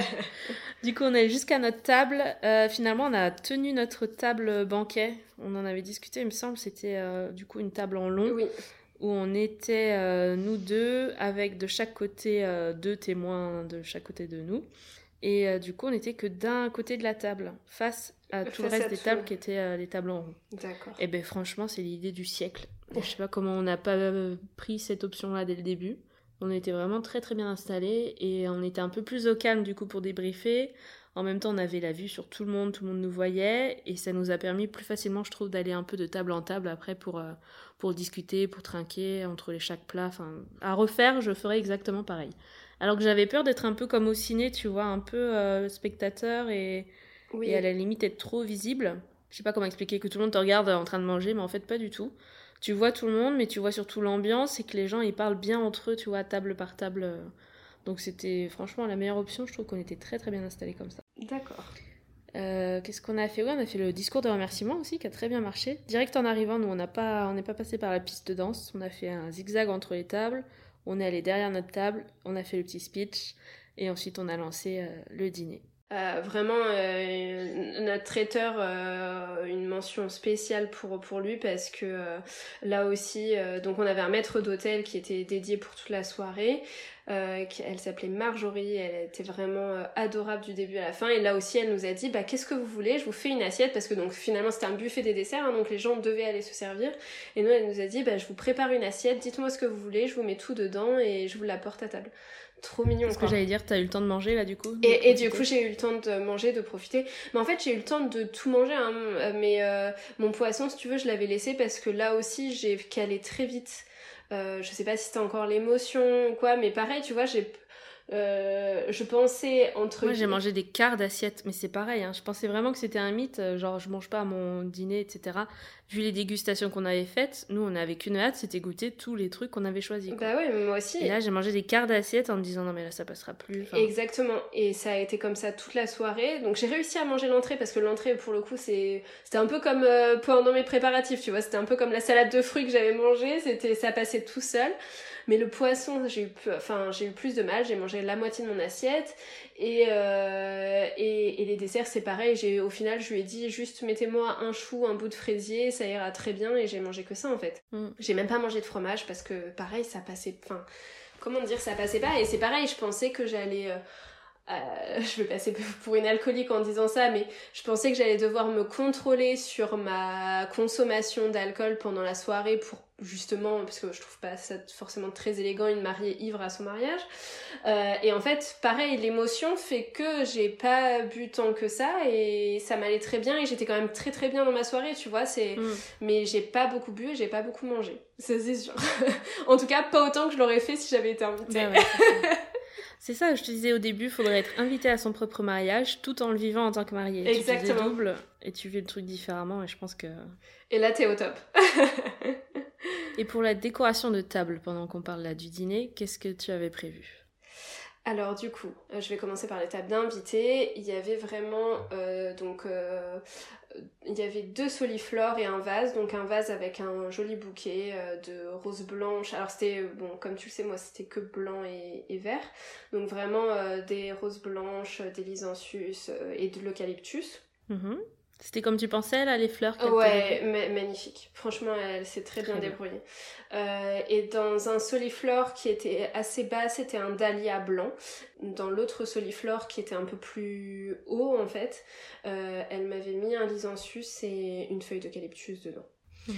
Du coup, on est jusqu'à notre table. Euh, finalement, on a tenu notre table banquet. On en avait discuté, il me semble. C'était euh, du coup une table en long. Oui. Où on était, euh, nous deux, avec de chaque côté, euh, deux témoins de chaque côté de nous. Et euh, du coup, on n'était que d'un côté de la table, face à tout face le reste des tout. tables qui étaient euh, les tables en rond. D'accord. Et ben franchement, c'est l'idée du siècle. Je sais pas comment on n'a pas pris cette option-là dès le début. On était vraiment très très bien installés et on était un peu plus au calme du coup pour débriefer. En même temps, on avait la vue sur tout le monde, tout le monde nous voyait et ça nous a permis plus facilement, je trouve, d'aller un peu de table en table après pour, euh, pour discuter, pour trinquer entre les chaque plat. Enfin, à refaire, je ferais exactement pareil. Alors que j'avais peur d'être un peu comme au ciné, tu vois, un peu euh, spectateur et, oui. et à la limite être trop visible. Je sais pas comment expliquer que tout le monde te regarde en train de manger, mais en fait pas du tout. Tu vois tout le monde, mais tu vois surtout l'ambiance et que les gens ils parlent bien entre eux, tu vois, table par table. Donc c'était franchement la meilleure option. Je trouve qu'on était très très bien installés comme ça. D'accord. Euh, qu'est-ce qu'on a fait? Oui, on a fait le discours de remerciement aussi, qui a très bien marché. Direct en arrivant, nous on n'a pas, on n'est pas passé par la piste de danse. On a fait un zigzag entre les tables. On est allé derrière notre table, on a fait le petit speech et ensuite on a lancé euh, le dîner. Euh, vraiment, euh, notre traiteur, euh, une mention spéciale pour, pour lui parce que euh, là aussi, euh, donc on avait un maître d'hôtel qui était dédié pour toute la soirée. Euh, elle s'appelait Marjorie, elle était vraiment euh, adorable du début à la fin. Et là aussi, elle nous a dit, bah qu'est-ce que vous voulez ? Je vous fais une assiette parce que donc finalement c'était un buffet des desserts, hein, donc les gens devaient aller se servir. Et nous, elle nous a dit, bah je vous prépare une assiette, dites-moi ce que vous voulez, je vous mets tout dedans et je vous l'apporte à table. Trop mignon. Ce que j'allais dire, t'as eu le temps de manger là du coup et, et du coup j'ai eu le temps de manger, de profiter. Mais en fait j'ai eu le temps de tout manger, hein. Mais euh, mon poisson, si tu veux, je l'avais laissé parce que là aussi j'ai calé très vite. Euh, je sais pas si c'était encore l'émotion ou quoi, mais pareil, tu vois, j'ai... Euh, je pensais entre... Moi j'ai mangé des quarts d'assiette, mais c'est pareil, hein. Je pensais vraiment que c'était un mythe, genre je mange pas à mon dîner, et cetera. Vu les dégustations qu'on avait faites, nous on avait qu'une hâte, c'était goûter tous les trucs qu'on avait choisis, quoi. Bah oui, mais moi aussi. Et là j'ai mangé des quarts d'assiette en me disant non mais là ça passera plus. Enfin... Exactement, et ça a été comme ça toute la soirée. Donc j'ai réussi à manger l'entrée parce que l'entrée pour le coup c'est... c'était un peu comme euh, pendant mes préparatifs, tu vois, c'était un peu comme la salade de fruits que j'avais mangée, c'était... ça passait tout seul. Mais le poisson, j'ai eu, enfin, j'ai eu plus de mal, j'ai mangé la moitié de mon assiette. Et, euh, et, et les desserts, c'est pareil. J'ai, au final, je lui ai dit juste mettez-moi un chou, un bout de fraisier, ça ira très bien. Et j'ai mangé que ça en fait. Mm. J'ai même pas mangé de fromage parce que pareil, ça passait. Enfin, comment dire, ça passait pas. Et c'est pareil, je pensais que j'allais. Euh, Euh, je vais passer pour une alcoolique en disant ça, mais je pensais que j'allais devoir me contrôler sur ma consommation d'alcool pendant la soirée pour justement, parce que je trouve pas ça forcément très élégant une mariée ivre à son mariage. Euh, et en fait, pareil, l'émotion fait que j'ai pas bu tant que ça et ça m'allait très bien et j'étais quand même très très bien dans ma soirée, tu vois. C'est... Mm. Mais j'ai pas beaucoup bu et j'ai pas beaucoup mangé, ça c'est sûr. En tout cas, pas autant que je l'aurais fait si j'avais été invitée. Ben ouais, c'est ça, je te disais au début, il faudrait être invité à son propre mariage tout en le vivant en tant que marié. Exactement. Tu faisais double et tu vis le truc différemment et je pense que... Et là, t'es au top. Et pour la décoration de table, pendant qu'on parle là du dîner, qu'est-ce que tu avais prévu ? Alors du coup, euh, je vais commencer par les tables d'invités. Il y avait vraiment, euh, donc, euh, il y avait deux soliflores et un vase. Donc un vase avec un joli bouquet euh, de roses blanches. Alors c'était, bon, comme tu le sais, moi c'était que blanc et, et vert. Donc vraiment euh, des roses blanches, des lysanthus euh, et de l'eucalyptus. Mm-hmm. C'était comme tu pensais, là, les fleurs qu'elle Ouais, ma- magnifique. Franchement, elle s'est très, très bien, bien débrouillée. Euh, et dans un soliflore qui était assez bas, c'était un dahlia blanc. Dans l'autre soliflore qui était un peu plus haut, en fait, euh, elle m'avait mis un lysanthus et une feuille d'eucalyptus dedans. Mmh.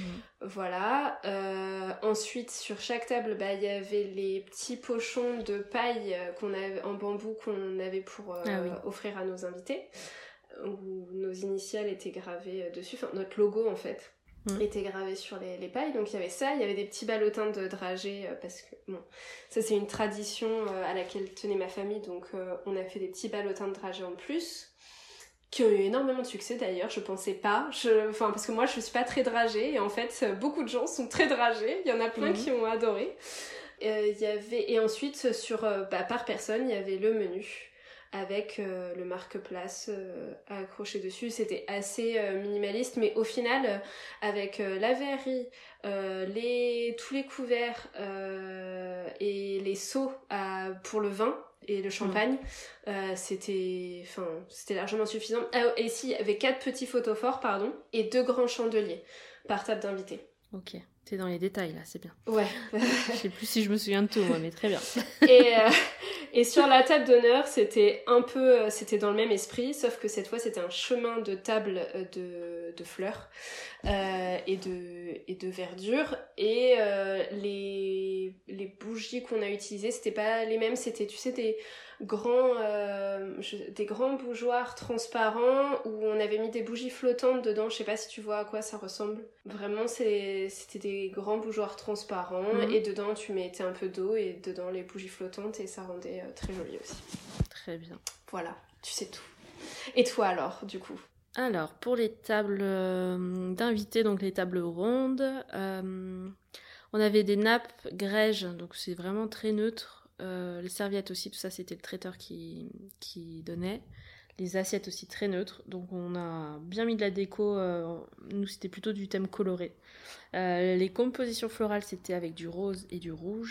Voilà. Euh, ensuite, sur chaque table, bah, y avait les petits pochons de paille qu'on avait, en bambou qu'on avait pour euh, ah oui. offrir à nos invités, où nos initiales étaient gravées dessus, enfin notre logo en fait mmh. était gravé sur les, les pailles. Donc il y avait ça, il y avait des petits ballotins de dragées euh, parce que bon, ça c'est une tradition euh, à laquelle tenait ma famille, donc euh, on a fait des petits ballotins de dragées en plus qui ont eu énormément de succès d'ailleurs. Je pensais pas, je... enfin parce que moi je suis pas très dragée et en fait beaucoup de gens sont très dragés, il y en a plein mmh. qui ont adoré. Euh, y avait... Et ensuite sur euh, bah, par personne il y avait le menu avec euh, le marque-place euh, accroché dessus. C'était assez euh, minimaliste, mais au final, euh, avec euh, la verrerie, euh, les, tous les couverts euh, et les seaux à, pour le vin et le champagne, mmh. euh, c'était, enfin, c'était largement suffisant. Ah, et si, il y avait quatre petits photophores, pardon, et deux grands chandeliers par table d'invités. Ok, t'es dans les détails là, c'est bien. Ouais. Je sais plus si je me souviens de tout, moi, mais très bien. Et... Euh... Et sur la table d'honneur, c'était un peu, c'était dans le même esprit, sauf que cette fois, c'était un chemin de table de, de fleurs euh, et, de, et de verdure. Et euh, les, les bougies qu'on a utilisées, c'était pas les mêmes, c'était, tu sais, des grands, euh, je, des grands bougeoirs transparents où on avait mis des bougies flottantes dedans. Je sais pas si tu vois à quoi ça ressemble. Vraiment, c'est, c'était des grands bougeoirs transparents mmh. et dedans, tu mettais un peu d'eau et dedans les bougies flottantes et ça rendait euh, très joli aussi. Très bien. Voilà, tu sais tout. Et toi alors, du coup ? Alors, pour les tables euh, d'invités, donc les tables rondes, euh, on avait des nappes grèges, donc c'est vraiment très neutre. Euh, les serviettes aussi, tout ça c'était le traiteur qui, qui donnait. Les assiettes aussi très neutres, donc on a bien mis de la déco, euh, nous c'était plutôt du thème coloré. Euh, les compositions florales c'était avec du rose et du rouge.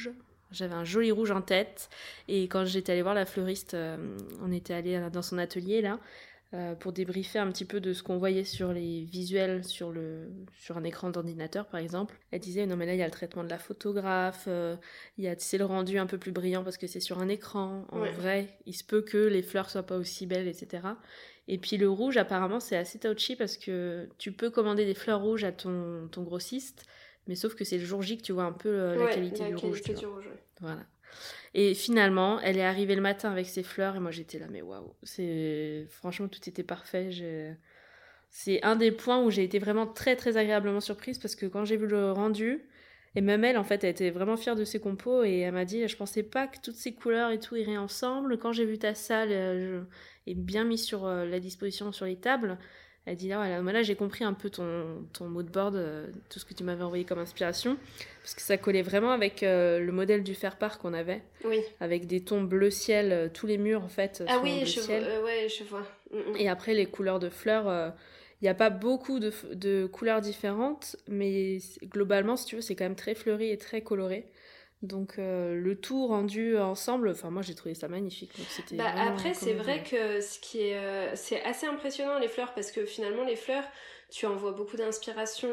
j'avais un joli rouge en tête. Et quand j'étais allée voir la fleuriste, euh, on était allé dans son atelier là, euh, pour débriefer un petit peu de ce qu'on voyait sur les visuels sur, le, sur un écran d'ordinateur par exemple. Elle disait non mais là il y a le traitement de la photographe, euh, il y a tu sais, le rendu un peu plus brillant parce que c'est sur un écran. En ouais. vrai, il se peut que les fleurs soient pas aussi belles, et cetera. Et puis le rouge apparemment c'est assez touchy parce que tu peux commander des fleurs rouges à ton, ton grossiste, mais sauf que c'est le jour J que tu vois un peu euh, la ouais, qualité la du qualité rouge. Du rouge ouais. Voilà. Et finalement, elle est arrivée le matin avec ses fleurs et moi j'étais là, mais waouh, c'est franchement tout était parfait. J'ai... C'est un des points où j'ai été vraiment très très agréablement surprise parce que quand j'ai vu le rendu, et même elle en fait, elle était vraiment fière de ses compos et elle m'a dit, je pensais pas que toutes ces couleurs et tout iraient ensemble. Quand j'ai vu ta salle je... et bien mis sur euh, la disposition sur les tables, elle dit là, voilà, moi là j'ai compris un peu ton, ton mood board, euh, tout ce que tu m'avais envoyé comme inspiration, parce que ça collait vraiment avec euh, le modèle du faire-part qu'on avait, oui. avec des tons bleu ciel, euh, tous les murs en fait. Ah sont oui, bleu je ciel. vois, euh, ouais, je vois. Mm-mm. Et après les couleurs de fleurs, il euh, n'y a pas beaucoup de, de couleurs différentes, mais globalement, si tu veux, c'est quand même très fleuri et très coloré. Donc euh, le tout rendu ensemble, enfin moi j'ai trouvé ça magnifique. Donc c'était bah, après c'est vrai que ce qui est, euh, c'est assez impressionnant les fleurs parce que finalement les fleurs, tu en vois beaucoup d'inspiration,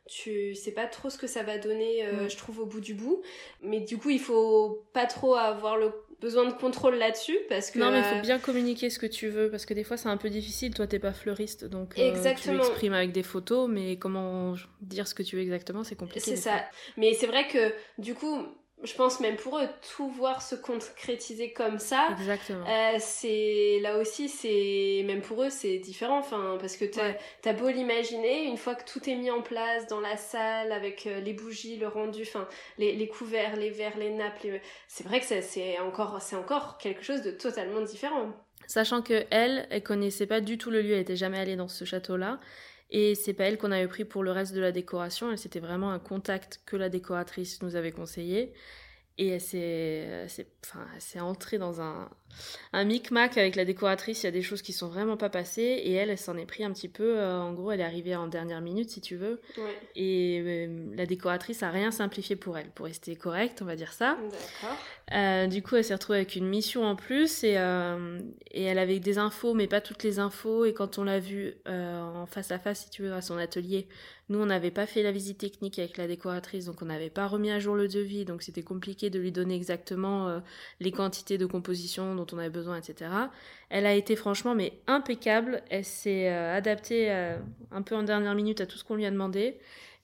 tu sais pas trop ce que ça va donner, euh, mmh. je trouve au bout du bout, mais du coup il faut pas trop avoir le besoin de contrôle là-dessus parce que... Non mais il faut bien communiquer ce que tu veux parce que des fois c'est un peu difficile, toi t'es pas fleuriste donc euh, exactement. Tu l'exprimes avec des photos mais comment dire ce que tu veux exactement c'est compliqué. C'est ça, fois. Mais c'est vrai que du coup... Je pense même pour eux, tout voir se concrétiser comme ça, exactement. Euh, c'est là aussi, c'est même pour eux, c'est différent. Enfin, parce que t'as, ouais. t'as beau l'imaginer, une fois que tout est mis en place dans la salle avec euh, les bougies, le rendu, enfin les, les couverts, les verres, les nappes, les... c'est vrai que ça, c'est encore, c'est encore quelque chose de totalement différent. Sachant que elle, elle connaissait pas du tout le lieu, elle était jamais allée dans ce château-là. Et c'est pas elle qu'on avait pris pour le reste de la décoration, elle c'était vraiment un contact que la décoratrice nous avait conseillé. Et elle s'est, elle s'est, enfin, elle s'est entrée dans un, un micmac avec la décoratrice, il y a des choses qui sont vraiment pas passées, et elle, elle s'en est pris un petit peu, euh, en gros, elle est arrivée en dernière minute, si tu veux, ouais. et euh, la décoratrice a rien simplifié pour elle, pour rester correcte, on va dire ça. D'accord. Euh, du coup, elle s'est retrouvée avec une mission en plus, et, euh, et elle avait des infos, mais pas toutes les infos, et quand on l'a vue euh, en face à face, si tu veux, à son atelier, nous, on n'avait pas fait la visite technique avec la décoratrice, donc on n'avait pas remis à jour le devis, donc c'était compliqué de lui donner exactement euh, les quantités de composition dont on avait besoin, et cetera. Elle a été franchement mais impeccable, elle s'est euh, adaptée euh, un peu en dernière minute à tout ce qu'on lui a demandé,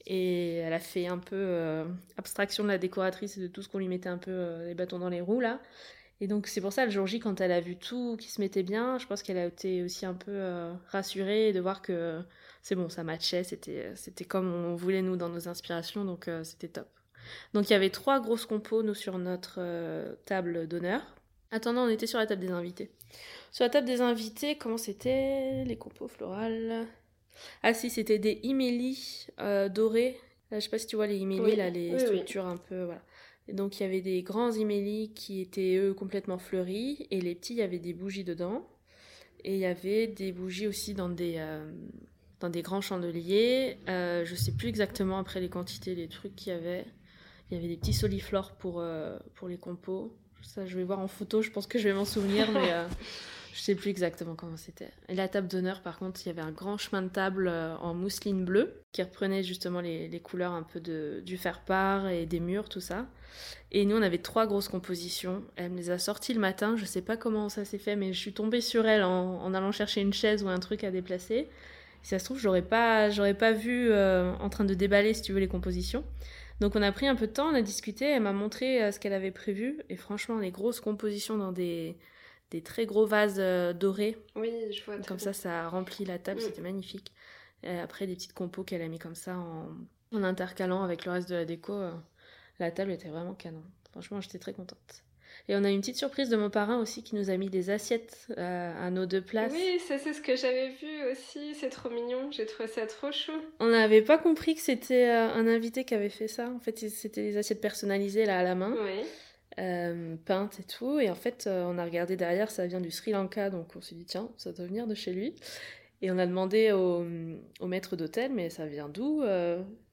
et elle a fait un peu euh, abstraction de la décoratrice et de tout ce qu'on lui mettait un peu euh, les bâtons dans les roues, là. Et donc c'est pour ça, le jour J, quand elle a vu tout qui se mettait bien, je pense qu'elle a été aussi un peu euh, rassurée de voir que c'est bon, ça matchait, c'était, c'était comme on voulait nous dans nos inspirations, donc euh, c'était top. Donc il y avait trois grosses compos, nous, sur notre euh, table d'honneur. Attendant, on était sur la table des invités. Sur la table des invités, comment c'était les compos florales? Ah si, c'était des hymélies euh, dorées. Là, je sais pas si tu vois les hymélies, oui. là, les oui, structures oui. un peu... voilà. Et donc il y avait des grands hymélies qui étaient eux complètement fleuris, et les petits, il y avait des bougies dedans. Et il y avait des bougies aussi dans des... Euh, dans des grands chandeliers. Euh, je sais plus exactement après les quantités, les trucs qu'il y avait. Il y avait des petits soliflores pour, euh, pour les compos. Ça, je vais voir en photo, je pense que je vais m'en souvenir, mais euh, je sais plus exactement comment c'était. Et la table d'honneur, par contre, il y avait un grand chemin de table euh, en mousseline bleue qui reprenait justement les, les couleurs un peu de, du faire-part et des murs, tout ça. Et nous, on avait trois grosses compositions. Elle me les a sorties le matin. Je sais pas comment ça s'est fait, mais je suis tombée sur elle en, en allant chercher une chaise ou un truc à déplacer. Si ça se trouve, j'aurais pas, j'aurais pas vu euh, en train de déballer, si tu veux, les compositions. Donc on a pris un peu de temps, on a discuté, elle m'a montré euh, ce qu'elle avait prévu. Et franchement, les grosses compositions dans des, des très gros vases euh, dorés. Oui, je vois. Comme ça, ça a rempli la table, mmh. C'était magnifique. Et après, des petites compos qu'elle a mis comme ça en, en intercalant avec le reste de la déco. Euh, la table était vraiment canon. Franchement, j'étais très contente. Et on a une petite surprise de mon parrain aussi qui nous a mis des assiettes euh, à nos deux places. Oui, ça c'est ce que j'avais vu aussi, c'est trop mignon, j'ai trouvé ça trop chou. On n'avait pas compris que c'était euh, un invité qui avait fait ça. En fait, c'était des assiettes personnalisées là à la main, oui. euh, peintes et tout. Et en fait, euh, on a regardé derrière, ça vient du Sri Lanka, donc on s'est dit tiens, ça doit venir de chez lui. Et on a demandé au, au maître d'hôtel, mais ça vient d'où euh,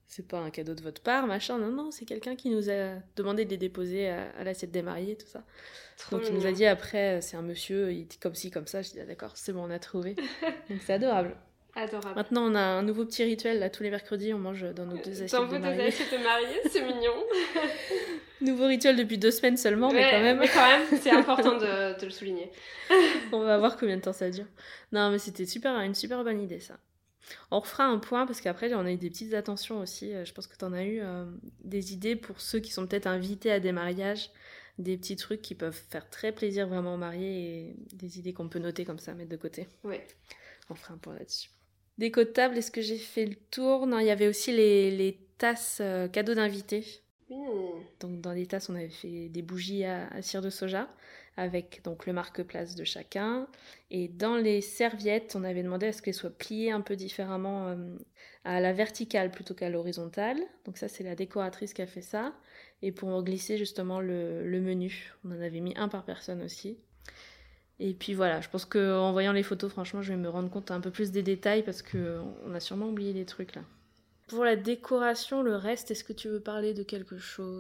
c'est pas un cadeau de votre part, machin. Non, non, c'est quelqu'un qui nous a demandé de les déposer à, à l'assiette des mariés, tout ça. Trop Donc il nous a dit après, c'est un monsieur, il était comme ci, comme ça. Je dis, ah, d'accord, c'est bon, on a trouvé. Donc c'est adorable. Adorable. Maintenant, on a un nouveau petit rituel, là, tous les mercredis, on mange dans nos deux assiettes Dans de vos deux mariés. assiettes de mariés, c'est mignon. Nouveau rituel depuis deux semaines seulement, Ouais, mais quand même. Mais quand même, c'est important de, de le souligner. On va voir combien de temps ça dure. Non, mais c'était super, une super bonne idée, ça. On refera un point, parce qu'après, on a eu des petites attentions aussi. Je pense que tu en as eu euh, des idées pour ceux qui sont peut-être invités à des mariages, des petits trucs qui peuvent faire très plaisir vraiment aux mariés, et des idées qu'on peut noter comme ça, mettre de côté. Oui. On fera un point là-dessus. Déco de table, est-ce que j'ai fait le tour? Non, il y avait aussi les, les tasses euh, cadeaux d'invités. Mmh. Donc dans les tasses, on avait fait des bougies à, à cire de soja, avec donc le marque-place de chacun. Et dans les serviettes, on avait demandé à ce qu'elles soient pliées un peu différemment euh, à la verticale plutôt qu'à l'horizontale. Donc ça, c'est la décoratrice qui a fait ça. Et pour glisser justement le, le menu, on en avait mis un par personne aussi. Et puis voilà, je pense qu'en voyant les photos, franchement, je vais me rendre compte un peu plus des détails parce qu'on a sûrement oublié des trucs là. Pour la décoration, le reste, est-ce que tu veux parler de quelque chose ?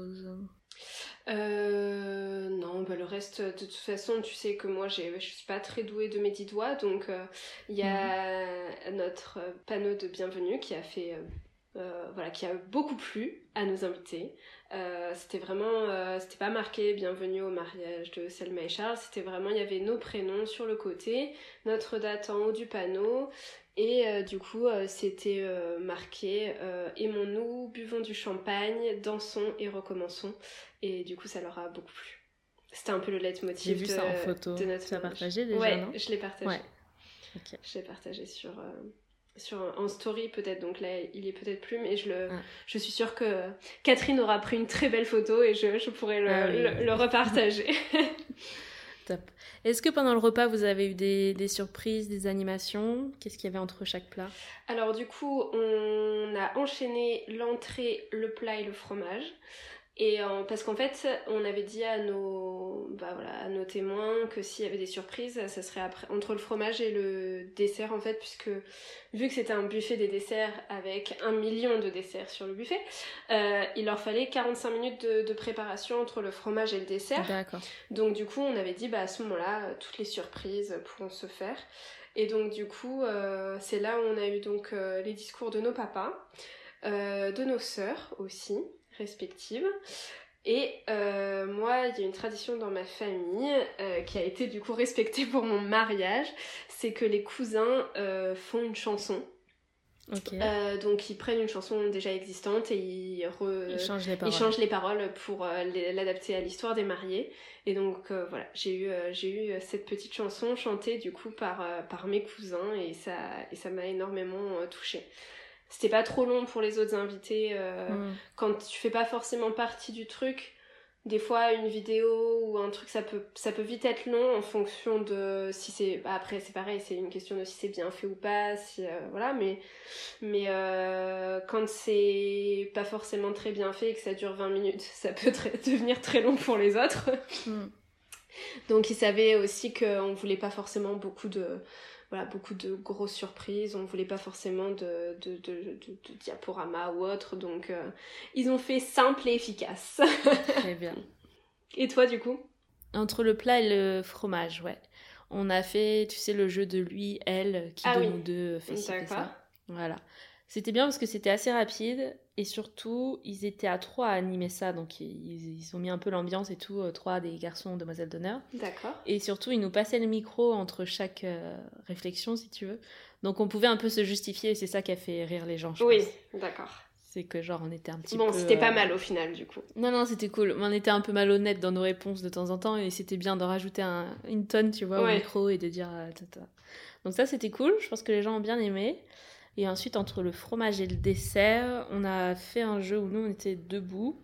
Euh, non, bah le reste, de toute façon, tu sais que moi, j'ai, je suis pas très douée de mes dix doigts, donc il euh, y a mmh. notre panneau de bienvenue qui a fait, euh, euh, voilà, qui a beaucoup plu à nos invités. Euh, c'était vraiment, euh, c'était pas marqué bienvenue au mariage de Selma et Charles, c'était vraiment, il y avait nos prénoms sur le côté, notre date en haut du panneau. Et euh, du coup, euh, c'était euh, marqué euh, « Aimons-nous, buvons du champagne, dansons et recommençons ». Et du coup, ça leur a beaucoup plu. C'était un peu le leitmotiv J'ai vu de, ça en photo. de notre Tu as mariage. partagé déjà, ouais, non ? je l'ai partagé. Ouais. Okay. Je l'ai partagé sur, euh, sur, en story peut-être, donc là, il est peut-être plus, mais je, le, ah. je suis sûre que Catherine aura pris une très belle photo et je, je pourrai le, ah, oui. le, le repartager. Top. Est-ce que pendant le repas, vous avez eu des, des surprises, des animations ? Qu'est-ce qu'il y avait entre chaque plat ? Alors du coup, on a enchaîné l'entrée, le plat et le fromage. Et euh, parce qu'en fait, on avait dit à nos, bah voilà, à nos témoins que s'il y avait des surprises, ça serait après, entre le fromage et le dessert en fait, puisque vu que c'était un buffet des desserts avec un million de desserts sur le buffet, euh, il leur fallait quarante-cinq minutes de, de préparation entre le fromage et le dessert. D'accord. Donc du coup, on avait dit, bah à ce moment-là, toutes les surprises pourront se faire. Et donc du coup, euh, c'est là où on a eu donc euh, les discours de nos papas, euh, de nos sœurs aussi, respectives. Et euh, moi, il y a une tradition dans ma famille euh, qui a été du coup respectée pour mon mariage, c'est que les cousins euh, font une chanson. Okay. Euh, donc ils prennent une chanson déjà existante et ils, re... ils, changent, les paroles. ils changent les paroles pour euh, les, l'adapter à l'histoire des mariés. Et donc euh, voilà, j'ai eu, euh, j'ai eu cette petite chanson chantée du coup par, euh, par mes cousins et ça, et ça m'a énormément euh, touchée. C'était pas trop long pour les autres invités. Euh, mmh. Quand tu fais pas forcément partie du truc, des fois une vidéo ou un truc, ça peut, ça peut vite être long en fonction de si c'est... Bah après, c'est pareil, c'est une question de si c'est bien fait ou pas, si, euh, voilà, mais, mais euh, quand c'est pas forcément très bien fait et que ça dure vingt minutes, ça peut très, devenir très long pour les autres. Mmh. Donc ils savaient aussi qu'on voulait pas forcément beaucoup de... Voilà, beaucoup de grosses surprises, on voulait pas forcément de, de, de, de, de diaporama ou autre, donc euh, ils ont fait simple et efficace. Très bien. Et toi, du coup ? Entre le plat et le fromage, ouais. On a fait, tu sais, le jeu de lui, elle, qui ah de oui. nous deux fait ci, fait ça. Voilà. C'était bien parce que c'était assez rapide et surtout, ils étaient à trois à animer ça, donc ils, ils ont mis un peu l'ambiance et tout, trois des garçons demoiselles d'honneur. D'accord. Et surtout, ils nous passaient le micro entre chaque euh, réflexion, si tu veux. Donc on pouvait un peu se justifier et c'est ça qui a fait rire les gens, je oui, pense. Oui, d'accord. C'est que genre on était un petit bon, peu... Bon, c'était euh... pas mal au final, du coup. Non, non, c'était cool. Mais on était un peu malhonnêtes dans nos réponses de temps en temps et c'était bien de rajouter un, une tonne, tu vois, ouais. au micro et de dire... Euh, tata. Donc ça, c'était cool. Je pense que les gens ont bien aimé. Et ensuite, entre le fromage et le dessert, on a fait un jeu où nous, on était debout,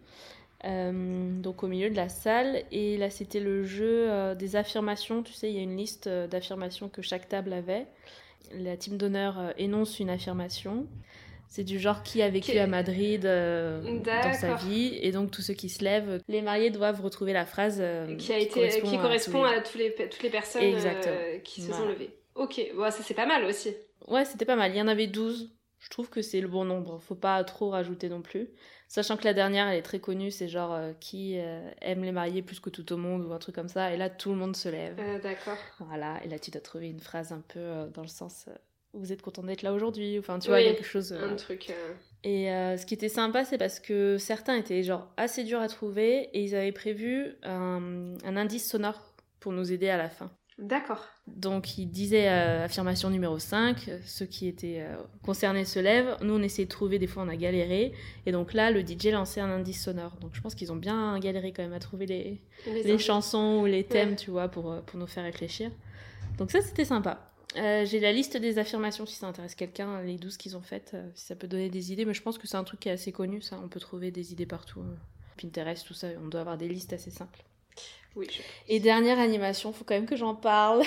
euh, donc au milieu de la salle. Et là, c'était le jeu euh, des affirmations. Tu sais, il y a une liste euh, d'affirmations que chaque table avait. La team d'honneur euh, énonce une affirmation. C'est du genre qui a vécu à Madrid euh, dans sa vie. Et donc, tous ceux qui se lèvent, les mariés doivent retrouver la phrase euh, qui, a qui été, correspond, qui correspond à, à, tous les... à tous les, toutes les personnes euh, qui se voilà. sont levées. Ok, bon, ça c'est pas mal aussi. Ouais, c'était pas mal. Il y en avait douze. Je trouve que c'est le bon nombre, faut pas trop rajouter non plus. Sachant que la dernière, elle est très connue, c'est genre euh, qui euh, aime les mariés plus que tout au monde ou un truc comme ça. Et là, tout le monde se lève. Euh, d'accord. Voilà, et là, tu dois trouver une phrase un peu euh, dans le sens euh, vous êtes content d'être là aujourd'hui. Enfin, tu vois, Oui, quelque chose. euh, un truc. euh, Et euh, ce qui était sympa, c'est parce que certains étaient genre assez durs à trouver et ils avaient prévu un, un indice sonore pour nous aider à la fin. D'accord. Donc ils disaient euh, affirmation numéro cinq, ceux qui étaient euh, concernés se lèvent. Nous on essayait de trouver, des fois on a galéré. Et donc là le D J lançait un indice sonore. Donc je pense qu'ils ont bien galéré quand même à trouver les, Les, les indices. chansons ou les thèmes, Ouais. tu vois, pour, euh, pour nous faire réfléchir. Donc ça c'était sympa. Euh, j'ai la liste des affirmations si ça intéresse quelqu'un, les douze qu'ils ont faites, euh, si ça peut donner des idées. Mais je pense que c'est un truc qui est assez connu, ça. On peut trouver des idées partout. euh, Pinterest, tout ça, on doit avoir des listes assez simples. Oui. Je... Et dernière animation, faut quand même que j'en parle.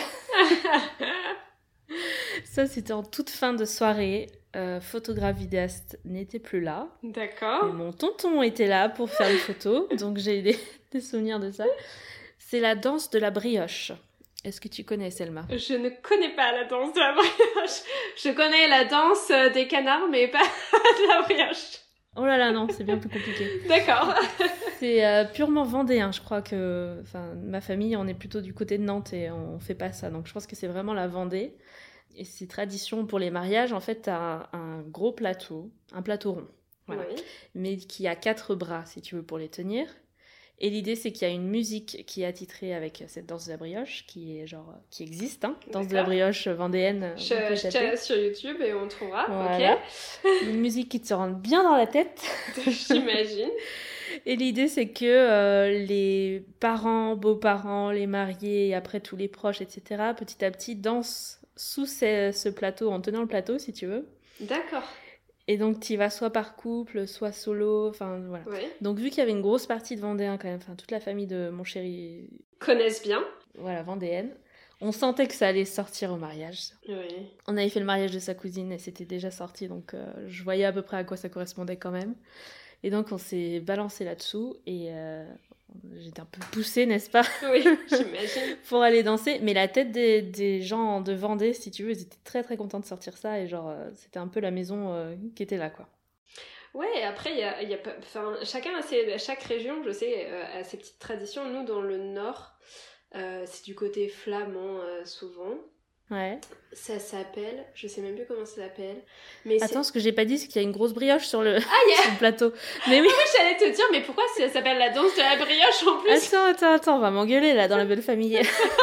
Ça, c'était en toute fin de soirée. Euh, photographe vidéaste n'était plus là. Mais D'accord. mon tonton était là pour faire les photos, donc j'ai des, des souvenirs de ça. C'est la danse de la brioche. Est-ce que tu connais, Selma? Je ne connais pas la danse de la brioche. Je connais la danse euh, des canards, mais pas de la brioche. Oh là là, non, c'est bien plus compliqué. D'accord. C'est euh, purement vendéen, je crois que... Enfin, ma famille, on est plutôt du côté de Nantes et on fait pas ça. Donc je pense que c'est vraiment la Vendée. Et c'est tradition pour les mariages. En fait, t'as un, un gros plateau, un plateau rond, voilà, Oui. mais qui a quatre bras, si tu veux, pour les tenir. Et l'idée, c'est qu'il y a une musique qui est attitrée avec cette danse de la brioche, qui est genre... qui existe, hein. Danse de la D'accord. brioche vendéenne. Je, on peut je taper. check sur YouTube et on trouvera. Voilà. Une musique qui te rentre bien dans la tête. Ok. J'imagine. Et l'idée, c'est que euh, les parents, beaux-parents, les mariés, et après tous les proches, et cetera, petit à petit, dansent sous ce, ce plateau, en tenant le plateau, si tu veux. D'accord. Et donc, tu y vas soit par couple, soit solo, enfin, voilà. Oui. Donc, vu qu'il y avait une grosse partie de Vendéens, quand même, enfin, toute la famille de mon chéri, Connaissent bien. voilà, vendéenne, on sentait que ça allait sortir au mariage. Oui. On avait fait le mariage de sa cousine et c'était déjà sorti, donc euh, je voyais à peu près à quoi ça correspondait quand même. Et donc on s'est balancé là-dessous et euh, j'étais un peu poussée, n'est-ce pas, Oui, j'imagine. pour aller danser. Mais la tête des, des gens de Vendée, si tu veux, ils étaient très très contents de sortir ça et genre euh, c'était un peu la maison euh, qui était là, quoi. Ouais, après, il y a, il y a pas- enfin, chacun a ses, chaque région, je sais, euh, a ses petites traditions. Nous, dans le nord, euh, c'est du côté flamand, euh, souvent. Ouais. Ça s'appelle, je sais même plus comment ça s'appelle, mais c'est... Attends, ce que j'ai pas dit, c'est qu'il y a une grosse brioche sur le, Ah, yeah. sur le plateau. Mais oui. Oui, j'allais te dire, mais pourquoi ça s'appelle la danse de la brioche en plus? Attends, attends, attends, on va m'engueuler là dans la belle famille.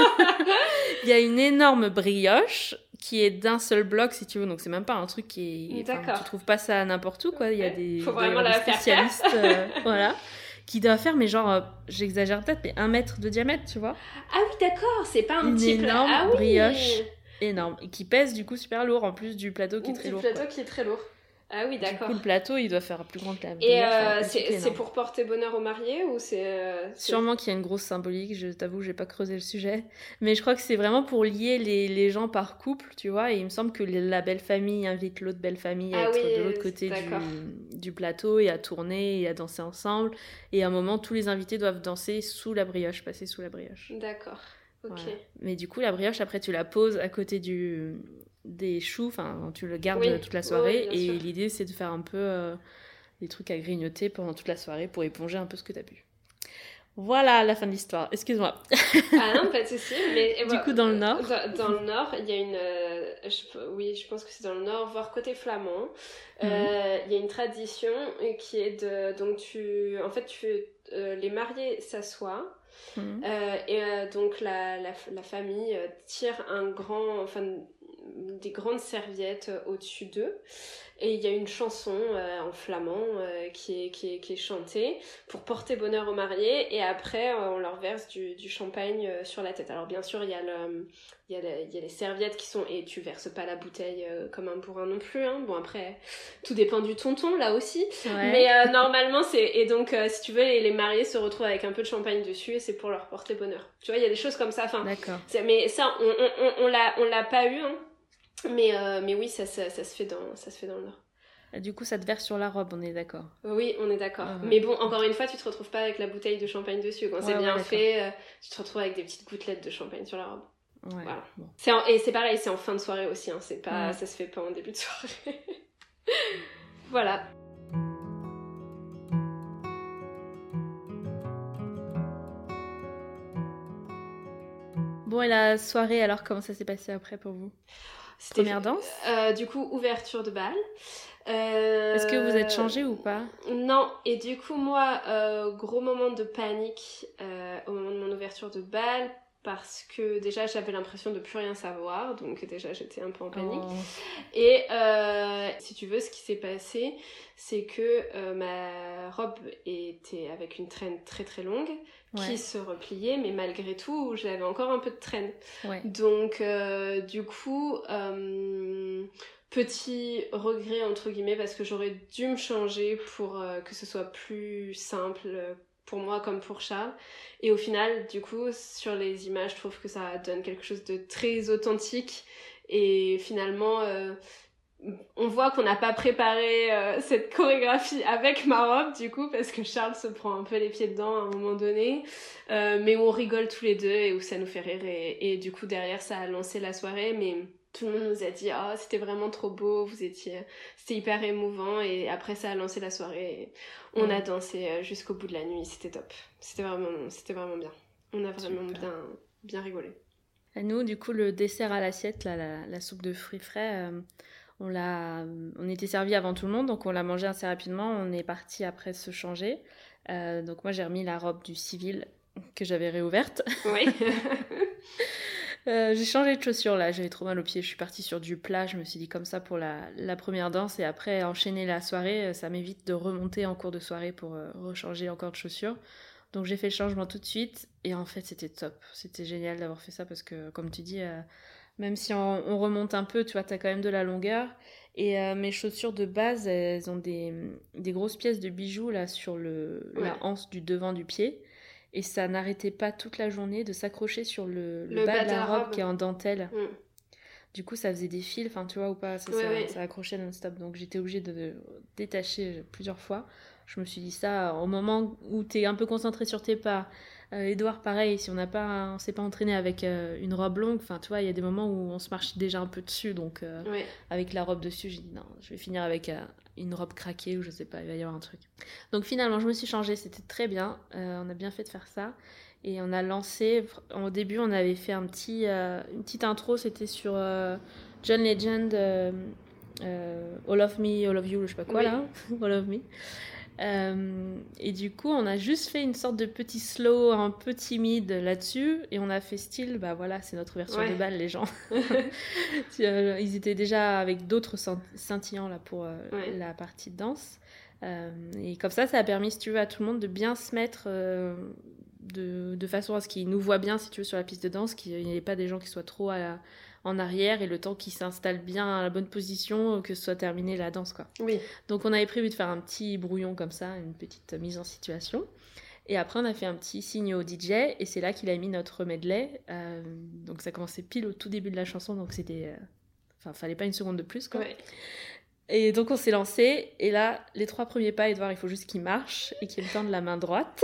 Il y a une énorme brioche qui est d'un seul bloc, si tu veux, donc c'est même pas un truc qui est... Enfin, D'accord. tu trouves pas ça n'importe où, quoi. Il y a Ok. des, Faut il doit y vraiment avoir la des faire faire. spécialistes, euh, voilà, qui doivent faire, mais genre, euh, j'exagère peut-être, mais un mètre de diamètre, tu vois. Ah oui, d'accord, c'est pas un Une petit plat. énorme Ah oui. brioche. Énorme, et qui pèse du coup super lourd en plus du plateau qui est Un très petit lourd. plateau quoi. qui est très lourd. Ah oui, Du d'accord. coup, le plateau, il doit faire plus grand que la Et brioche, euh, enfin, un c'est petit peu c'est énorme. pour porter bonheur aux mariés ou c'est... euh, c'est- Sûrement qu'il y a une grosse symbolique, je t'avoue, j'ai pas creusé le sujet. Mais je crois que c'est vraiment pour lier les, les gens par couple, tu vois. Et il me semble que la belle famille invite l'autre belle famille à Ah être oui, de l'autre côté d'accord. du, du plateau et à tourner et à danser ensemble. Et à un moment, tous les invités doivent danser sous la brioche, passer sous la brioche. D'accord, ok. Voilà. Mais du coup, la brioche, après, tu la poses à côté du, des choux, enfin, tu le gardes Oui, toute la oui, soirée. bien et sûr. l'idée, c'est de faire un peu euh, des trucs à grignoter pendant toute la soirée pour éponger un peu ce que t'as bu. Voilà la fin de l'histoire. Excuse-moi. Ah non, pas de souci. Mais Du coup, dans le nord dans, dans le nord, il y a une, euh, je- oui, je pense que c'est dans le nord, voire côté flamand. Mhm. Euh, Il y a une tradition qui est de, donc tu, en fait, tu, euh, les mariés s'assoient. Mhm. Euh, et euh, donc la, la, la famille euh, tire un grand, enfin des grandes serviettes euh, au-dessus d'eux et il y a une chanson euh, en flamand euh, qui, est, qui, est, qui est chantée pour porter bonheur aux mariés et après euh, on leur verse du, du champagne euh, sur la tête. Alors bien sûr il y a le, il y a, le, il y a les serviettes qui sont, et tu verses pas la bouteille euh, comme un bourrin non plus, hein. Bon après tout dépend du tonton là aussi. Ouais. Mais euh, normalement, c'est... Et donc, euh, si tu veux, les, les mariés se retrouvent avec un peu de champagne dessus et c'est pour leur porter bonheur. Tu vois, il y a des choses comme ça. Enfin, D'accord. c'est... Mais ça, on, on, on, on, l'a, on l'a pas eu. Hein. Mais, euh, mais oui, ça, ça, ça, se fait dans, ça se fait dans le Nord. Du coup, ça te verse sur la robe, on est d'accord. Oui, on est d'accord. Ah ouais. Mais bon, encore une fois, tu te retrouves pas avec la bouteille de champagne dessus. Quand Ouais, c'est ouais, bien d'accord. fait, euh, tu te retrouves avec des petites gouttelettes de champagne sur la robe. Ouais. Voilà. Bon. C'est en... Et c'est pareil, c'est en fin de soirée aussi. Hein. C'est pas... Ouais. Ça se fait pas en début de soirée. Voilà. Bon, et la soirée, alors, comment ça s'est passé après pour vous? C'était Première danse euh, Du coup, ouverture de bal. Euh... Est-ce que vous êtes changé ou pas? Non, et du coup, moi, euh, gros moment de panique euh, au moment de mon ouverture de bal, parce que déjà, j'avais l'impression de plus rien savoir, donc déjà, j'étais un peu en panique. Oh. Et euh, si tu veux, ce qui s'est passé, c'est que euh, ma robe était avec une traîne très très longue, Ouais. qui se repliait, mais malgré tout, j'avais encore un peu de traîne. Ouais. Donc, euh, du coup... Euh, petit regret entre guillemets parce que j'aurais dû me changer pour euh, que ce soit plus simple pour moi comme pour Charles, et au final du coup sur les images je trouve que ça donne quelque chose de très authentique, et finalement euh, on voit qu'on n'a pas préparé euh, cette chorégraphie avec ma robe du coup, parce que Charles se prend un peu les pieds dedans à un moment donné, euh, mais où on rigole tous les deux et où ça nous fait rire, et, et du coup derrière ça a lancé la soirée, mais tout le monde nous a dit « Oh, c'était vraiment trop beau, vous étiez... C'était hyper émouvant » et après ça a lancé la soirée. Et on mmh. a dansé jusqu'au bout de la nuit, c'était top. C'était vraiment, c'était vraiment bien. On a vraiment bien, bien rigolé. À nous, du coup, le dessert à l'assiette, là, la, la soupe de fruits frais, euh, on, l'a, on était servi avant tout le monde, donc on l'a mangé assez rapidement. On est parti après se changer. Euh, donc moi, j'ai remis la robe du civil que j'avais réouverte. Oui. Euh, j'ai changé de chaussures là, j'avais trop mal aux pieds, je suis partie sur du plat, je me suis dit comme ça pour la, la première danse, et après enchaîner la soirée, ça m'évite de remonter en cours de soirée pour euh, rechanger encore de chaussures. Donc j'ai fait le changement tout de suite, et en fait c'était top, c'était génial d'avoir fait ça, parce que comme tu dis, euh, même si on, on remonte un peu, tu vois, t'as quand même de la longueur, et euh, mes chaussures de base, elles ont des, des grosses pièces de bijoux là sur le, ouais. la anse du devant du pied. Et ça n'arrêtait pas toute la journée de s'accrocher sur le, le, le bas, bas de la robe, robe qui est en dentelle. Mm. Du coup, ça faisait des fils, enfin tu vois ou pas, ça, oui, ça, oui. ça accrochait non-stop. Donc j'étais obligée de, de détacher plusieurs fois. Je me suis dit ça, au moment où t'es un peu concentré sur tes pas. Euh, Edouard, pareil, si on n'a pas, on s'est pas entraîné avec euh, une robe longue, enfin tu vois, il y a des moments où on se marche déjà un peu dessus, donc euh, oui. avec la robe dessus, j'ai dit non, je vais finir avec euh, une robe craquée ou je sais pas, il va y avoir un truc. Donc finalement, je me suis changée, c'était très bien, euh, on a bien fait de faire ça. Et on a lancé, au début, on avait fait un petit, euh, une petite intro, c'était sur euh, John Legend, euh, euh, All of Me, All of You, je sais pas quoi oui. là, All of Me. Euh, et du coup, on a juste fait une sorte de petit slow, un peu timide là-dessus, et on a fait style, bah voilà, c'est notre version ouais. de bal, les gens. Ils étaient déjà avec d'autres scintillants là pour euh, ouais. la partie de danse. Euh, et comme ça, ça a permis, si tu veux, à tout le monde de bien se mettre. Euh, De, de façon à ce qu'ils nous voient bien, si tu veux, sur la piste de danse, qu'il n'y ait pas des gens qui soient trop à la, en arrière, et le temps qu'ils s'installent bien à la bonne position, que ce soit terminé la danse, quoi. Oui. Donc on avait prévu de faire un petit brouillon comme ça, une petite mise en situation. Et après on a fait un petit signe au D J, et c'est là qu'il a mis notre medley. Euh, donc ça commençait pile au tout début de la chanson, donc c'était... Euh... Enfin, fallait pas une seconde de plus, quoi. Ouais. Et donc on s'est lancé, et là, les trois premiers pas, Edouard, il faut juste qu'il marche, et qu'il me tende la main droite.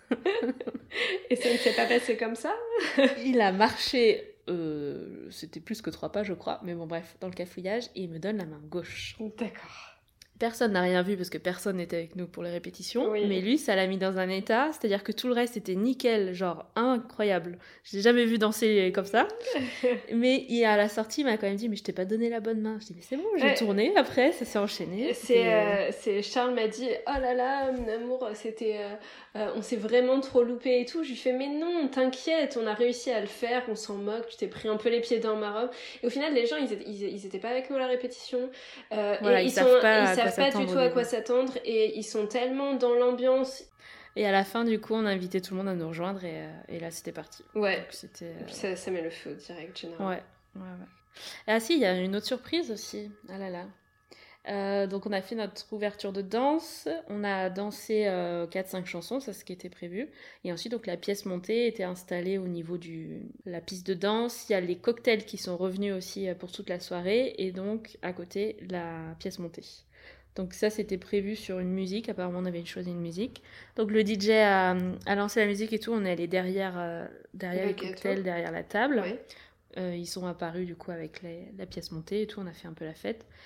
Et ça ne s'est pas passé comme ça. Il a marché, euh, c'était plus que trois pas je crois, mais bon bref, dans le cafouillage, et il me donne la main gauche. D'accord. Personne n'a rien vu parce que personne n'était avec nous pour les répétitions, oui. mais lui ça l'a mis dans un état, c'est-à-dire que tout le reste était nickel, genre incroyable. Je l'ai jamais vu danser comme ça. Mais il, à la sortie il m'a quand même dit mais je t'ai pas donné la bonne main. Je dis mais c'est bon, j'ai ouais. tourné après, ça s'est enchaîné. C'est, euh, c'est Charles m'a dit oh là là mon amour, c'était euh, euh, on s'est vraiment trop loupé et tout. Je lui fais mais non t'inquiète, on a réussi à le faire, on s'en moque, tu t'es pris un peu les pieds dans ma robe. Et au final les gens ils étaient, ils, ils étaient pas avec nous à la répétition. Euh, voilà, et ils, ils savent sont, pas, ils savent pas du tout à quoi s'attendre, et ils sont tellement dans l'ambiance. Et à la fin, du coup, on a invité tout le monde à nous rejoindre, et, euh, et là, c'était parti. Ouais. Donc, c'était, euh... ça, ça met le feu direct, généralement. Ouais, ouais, ouais. Ah si, il y a une autre surprise aussi. Ah là là. Euh, donc, on a fait notre ouverture de danse. On a dansé euh, quatre cinq chansons, ça c'est ce qui était prévu. Et ensuite, donc, la pièce montée était installée au niveau de la piste de danse. Il y a les cocktails qui sont revenus aussi pour toute la soirée. Et donc, à côté, la pièce montée. Donc ça, c'était prévu sur une musique. Apparemment, on avait choisi une musique. Donc le D J a, a lancé la musique et tout. On est allé derrière, euh, derrière les cocktails, derrière la table. Ouais. Euh, ils sont apparus du coup avec les, la pièce montée et tout. On a fait un peu la fête.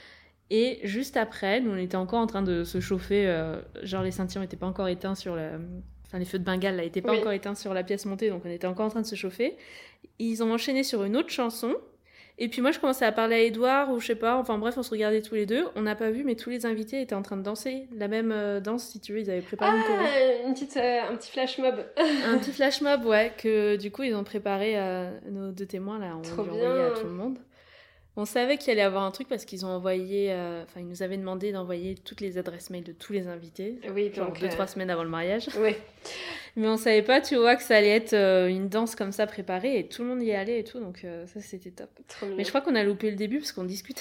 Et juste après, nous on était encore en train de se chauffer, euh, genre les scintillants n'étaient pas encore éteints sur la... Enfin les feux de Bengale là n'étaient pas Oui. encore éteints sur la pièce montée, donc on était encore en train de se chauffer. Ils ont enchaîné sur une autre chanson. Et puis moi je commençais à parler à Edouard ou je sais pas, enfin bref on se regardait tous les deux. On n'a pas vu mais tous les invités étaient en train de danser. La même euh, danse si tu veux, ils avaient préparé une choré. Ah, une petite, euh, un petit flash mob. Un petit flash mob, ouais, que du coup ils ont préparé à nos deux témoins là, on Trop lui a bien. envoyé à tout le monde. On savait qu'il allait y avoir un truc parce qu'ils ont envoyé, euh, enfin ils nous avaient demandé d'envoyer toutes les adresses mail de tous les invités, Oui, genre donc... deux euh, trois semaines avant le mariage. Oui. Mais on savait pas, tu vois, que ça allait être euh, une danse comme ça préparée et tout le monde y allait et tout, donc euh, ça c'était top. Trop mignon. Mais je crois qu'on a loupé le début parce qu'on discutait.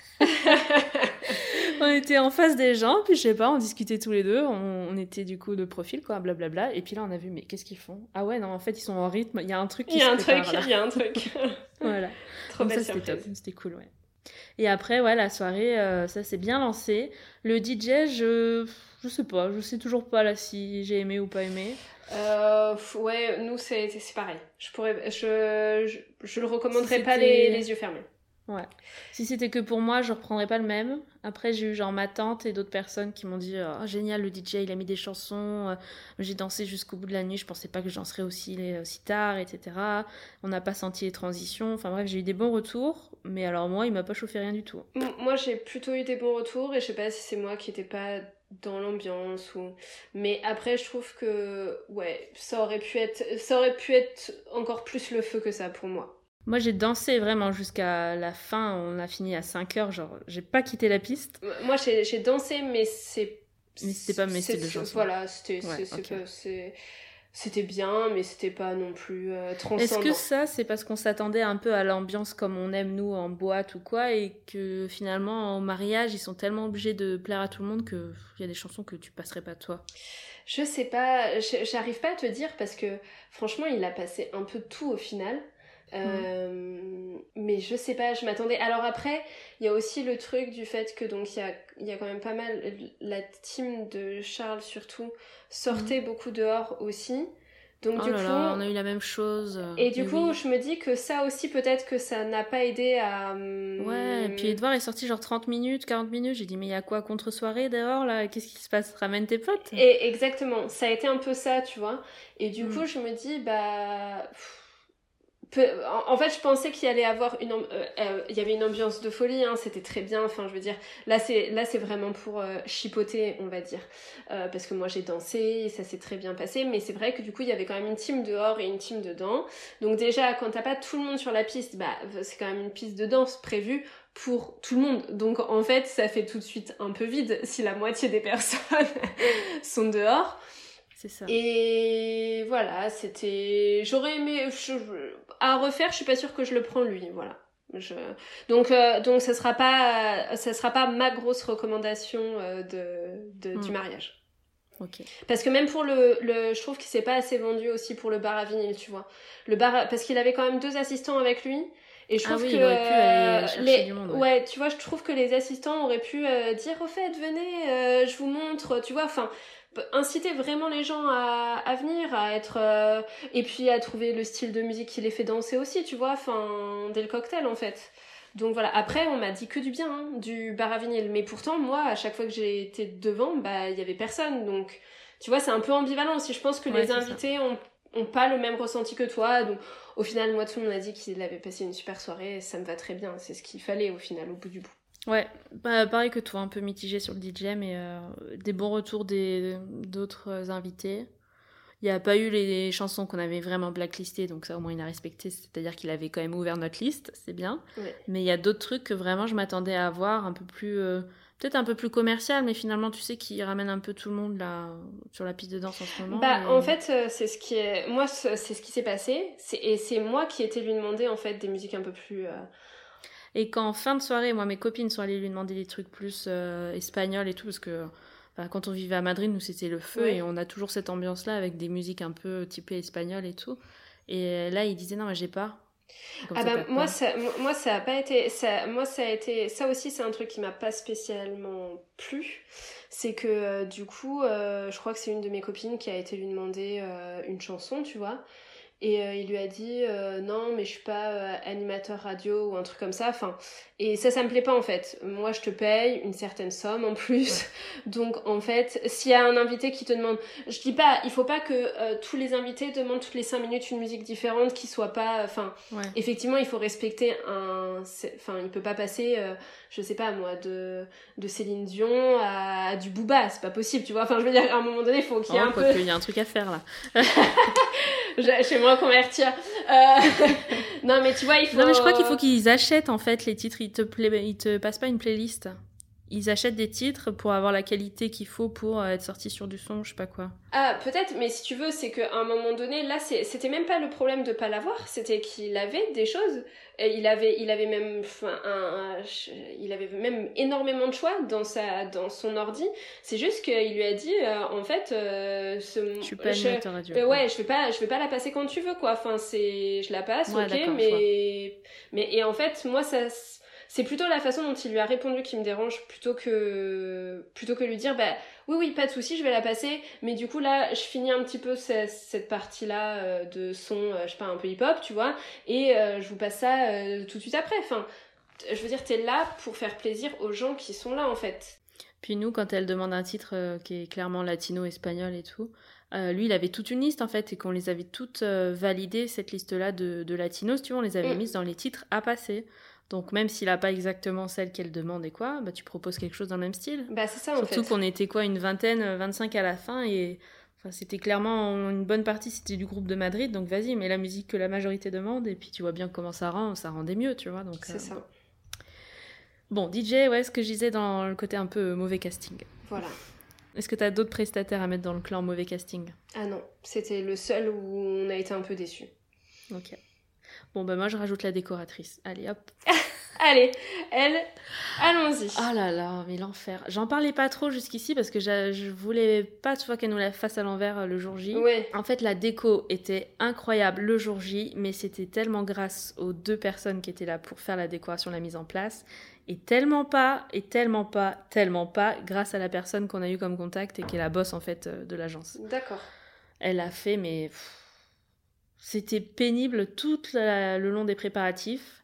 On était en face des gens, puis je sais pas, on discutait tous les deux, on, on était du coup de profil, quoi, blablabla. Et puis là, on a vu, mais qu'est-ce qu'ils font? Ah ouais, non, en fait, ils sont en rythme, il y a un truc qui Il y a se un prépare, truc, là. il y a un truc. Voilà. Trop Donc belle ça, c'était top, surprise. c'était cool, ouais. Et après, ouais, la soirée, euh, ça s'est bien lancé. Le D J, je... je sais pas, je sais toujours pas là si j'ai aimé ou pas aimé. Euh, f- ouais, nous c'est c'est pareil. Je pourrais, je, je, je le recommanderais Si pas c'était- les, les yeux fermés. Ouais. Si c'était que pour moi, je reprendrais pas le même. Après, j'ai eu genre ma tante et d'autres personnes qui m'ont dit oh, génial, le D J, il a mis des chansons. euh, J'ai dansé jusqu'au bout de la nuit. Je pensais pas que je danserais aussi, aussi tard, et cetera. On n'a pas senti les transitions. Enfin bref, j'ai eu des bons retours. Mais alors, moi, il m'a pas chauffé rien du tout. M- Moi j'ai plutôt eu des bons retours et je sais pas si c'est moi qui étais pas dans l'ambiance ou. Mais après je trouve que ouais, ça aurait pu être, ça aurait pu être encore plus le feu que ça pour moi. Moi, j'ai dansé vraiment jusqu'à la fin. On a fini à cinq heures. Genre, j'ai pas quitté la piste. M- Moi j'ai j'ai dansé mais c'est. Mais c'était pas mes c'est- styles de chansons. Voilà, c'était Ouais, c'est- c'est ok. pas- c'est- c'était bien mais c'était pas non plus euh, Est-ce transcendant. que ça, c'est parce qu'on s'attendait un peu à l'ambiance comme on aime nous en boîte ou quoi, et que finalement au mariage ils sont tellement obligés de plaire à tout le monde que il y a des chansons que tu passerais pas toi. Je sais pas, je- j'arrive pas à te dire parce que franchement il a passé un peu tout au final. Euh, mais je sais pas, je m'attendais. Alors après, il y a aussi le truc du fait que donc il y a, il y a quand même pas mal, la team de Charles surtout sortait beaucoup dehors aussi. Donc Oh du là coup, là, on a eu la même chose. euh, et du mais coup, oui. je me dis que ça aussi peut-être que ça n'a pas aidé à. hum, Ouais, et puis Edouard est sorti genre trente minutes, quarante minutes. J'ai dit, mais il y a quoi contre soirée dehors là? Qu'est-ce qui se passe? Ramène tes potes? Et exactement, ça a été un peu ça, tu vois. Et du Mm. coup, je me dis, bah. pff, peu- En en fait, je pensais qu'il y allait avoir une, am- euh, euh, il y avait une ambiance de folie, hein, c'était très bien. Enfin, je veux dire, là, c'est là, c'est vraiment pour euh, chipoter, on va dire, Euh, parce que moi, j'ai dansé, et ça s'est très bien passé. Mais c'est vrai que du coup, il y avait quand même une team dehors et une team dedans. Donc déjà, quand t'as pas tout le monde sur la piste, bah, c'est quand même une piste de danse prévue pour tout le monde. Donc en fait, ça fait tout de suite un peu vide si la moitié des personnes sont dehors. C'est ça. Et voilà, c'était. J'aurais aimé. je- À refaire, je suis pas sûre que je le prends lui, voilà. Je... Donc, euh, donc ça sera pas, ça sera pas ma grosse recommandation euh, de, de- du Mm. mariage. Ok. Parce que même pour le, le je trouve qu'il s'est pas assez vendu aussi pour le bar à vinyle, tu vois. Le bar, à- parce qu'il avait quand même deux assistants avec lui. Et je Ah trouve oui, que il aurait pu aller euh, chercher les, du monde, ouais. ouais. tu vois, je trouve que les assistants auraient pu euh, dire au fait, venez, euh, je vous montre, tu vois, enfin, p- inciter vraiment les gens à, à venir, à être, euh, et puis à trouver le style de musique qui les fait danser aussi, tu vois, enfin, dès le cocktail en fait. Donc voilà, après on m'a dit que du bien hein, du bar à vinyle, mais pourtant moi, à chaque fois que j'ai été devant, bah il y avait personne, donc tu vois, c'est un peu ambivalent aussi. Je pense que Ouais, les c'est ça. invités ont ont pas le même ressenti que toi, donc au final, moi, tout le monde a dit qu'il avait passé une super soirée, et ça me va très bien, c'est ce qu'il fallait au final, au bout du bout. Ouais, bah, pareil que toi, un peu mitigé sur le D J, mais euh, des bons retours des, d'autres invités. Il n'y a pas eu les chansons qu'on avait vraiment blacklistées, donc ça au moins il a respecté, c'est-à-dire qu'il avait quand même ouvert notre liste, c'est bien. Ouais. Mais il y a d'autres trucs que vraiment je m'attendais à avoir, un peu plus, euh, peut-être un peu plus commercial, mais finalement tu sais qui ramène un peu tout le monde là sur la piste de danse en ce moment. Bah, et... en fait, euh, c'est ce qui est. Moi, c'est c'est ce qui s'est passé, c'est... et c'est moi qui ai été lui demander en fait des musiques un peu plus. euh, Et quand en fin de soirée, moi mes copines sont allées lui demander des trucs plus euh, espagnols et tout, parce que bah, quand on vivait à Madrid, nous c'était le feu, Ouais. et on a toujours cette ambiance-là avec des musiques un peu typées espagnoles et tout. Et là, il disait non, mais j'ai pas. Comme Ah ça, bah t'as moi pas. ça moi ça a pas été ça moi ça a été ça aussi c'est un truc qui m'a pas spécialement plu, c'est que euh, du coup euh, je crois que c'est une de mes copines qui a été lui demander euh, une chanson, tu vois. Et euh, il lui a dit euh, non mais je suis pas euh, animateur radio ou un truc comme ça, enfin, et ça ça me plaît pas en fait. Moi je te paye une certaine somme en plus, ouais. Donc en fait s'il y a un invité qui te demande, je dis pas, il faut pas que euh, tous les invités demandent toutes les cinq minutes une musique différente qui soit pas, enfin, ouais. Effectivement il faut respecter un, enfin il peut pas passer euh, je sais pas moi de, de Céline Dion à, à du Booba, c'est pas possible tu vois, enfin je veux dire à un moment donné il faut qu'il y ait oh, un peu... Il y a un truc à faire là. J'aimerais convertir. Euh... non, mais tu vois, il faut... Non, mais je crois qu'il faut qu'ils achètent, en fait, les titres. Ils te, play... Ils te passent pas une playlist. Ils achètent des titres pour avoir la qualité qu'il faut pour être sortis sur du son, je sais pas quoi. Ah, peut-être, mais si tu veux, c'est qu'à un moment donné, là, c'est... c'était même pas le problème de pas l'avoir, c'était qu'il avait des choses. Et il avait, il avait même, enfin, un, un, il avait même énormément de choix dans sa, dans son ordi. C'est juste qu'il lui a dit, euh, en fait, euh, ce, je suis pas animateur radio. Euh, ouais, je vais pas, je vais pas la passer quand tu veux, quoi. Enfin, c'est, je la passe, ouais, ok, mais, mais, et en fait, moi, ça, c'est plutôt la façon dont il lui a répondu qui me dérange, plutôt que, plutôt que lui dire, bah, oui, oui, pas de souci, je vais la passer, mais du coup, là, je finis un petit peu cette, cette partie-là euh, de son, euh, je sais pas, un peu hip-hop, tu vois, et euh, je vous passe ça euh, tout de suite après. Enfin, je veux dire, t'es là pour faire plaisir aux gens qui sont là, en fait. Puis nous, quand elle demande un titre euh, qui est clairement latino-espagnol et tout, euh, lui, il avait toute une liste, en fait, et qu'on les avait toutes euh, validées, cette liste-là de, de latinos, tu vois, on les avait mm. mises dans les titres à passer. Donc même s'il n'a pas exactement celle qu'elle demande et quoi, bah tu proposes quelque chose dans le même style. Bah c'est ça en Surtout fait. Surtout qu'on était quoi, une vingtaine, vingt-cinq à la fin et enfin, c'était clairement une bonne partie, c'était du groupe de Madrid, donc vas-y, mets la musique que la majorité demande et puis tu vois bien comment ça rend, ça rendait mieux, tu vois. Donc, c'est euh, ça. Bon. bon, D J, ouais, ce que je disais dans le côté un peu mauvais casting. Voilà. Est-ce que tu as d'autres prestataires à mettre dans le clan mauvais casting ? Ah non, c'était le seul où on a été un peu déçus. Ok. Bon, bah moi, je rajoute la décoratrice. Allez, hop. Allez, elle, allons-y. Oh là là, mais l'enfer. J'en parlais pas trop jusqu'ici parce que je voulais pas, tu vois, qu'elle nous la fasse à l'envers le jour J. Ouais. En fait, la déco était incroyable le jour J, mais c'était tellement grâce aux deux personnes qui étaient là pour faire la décoration, la mise en place, et tellement pas, et tellement pas, tellement pas, grâce à la personne qu'on a eue comme contact et qui est la boss, en fait, de l'agence. D'accord. Elle a fait, mais... Pff, c'était pénible tout la, le long des préparatifs.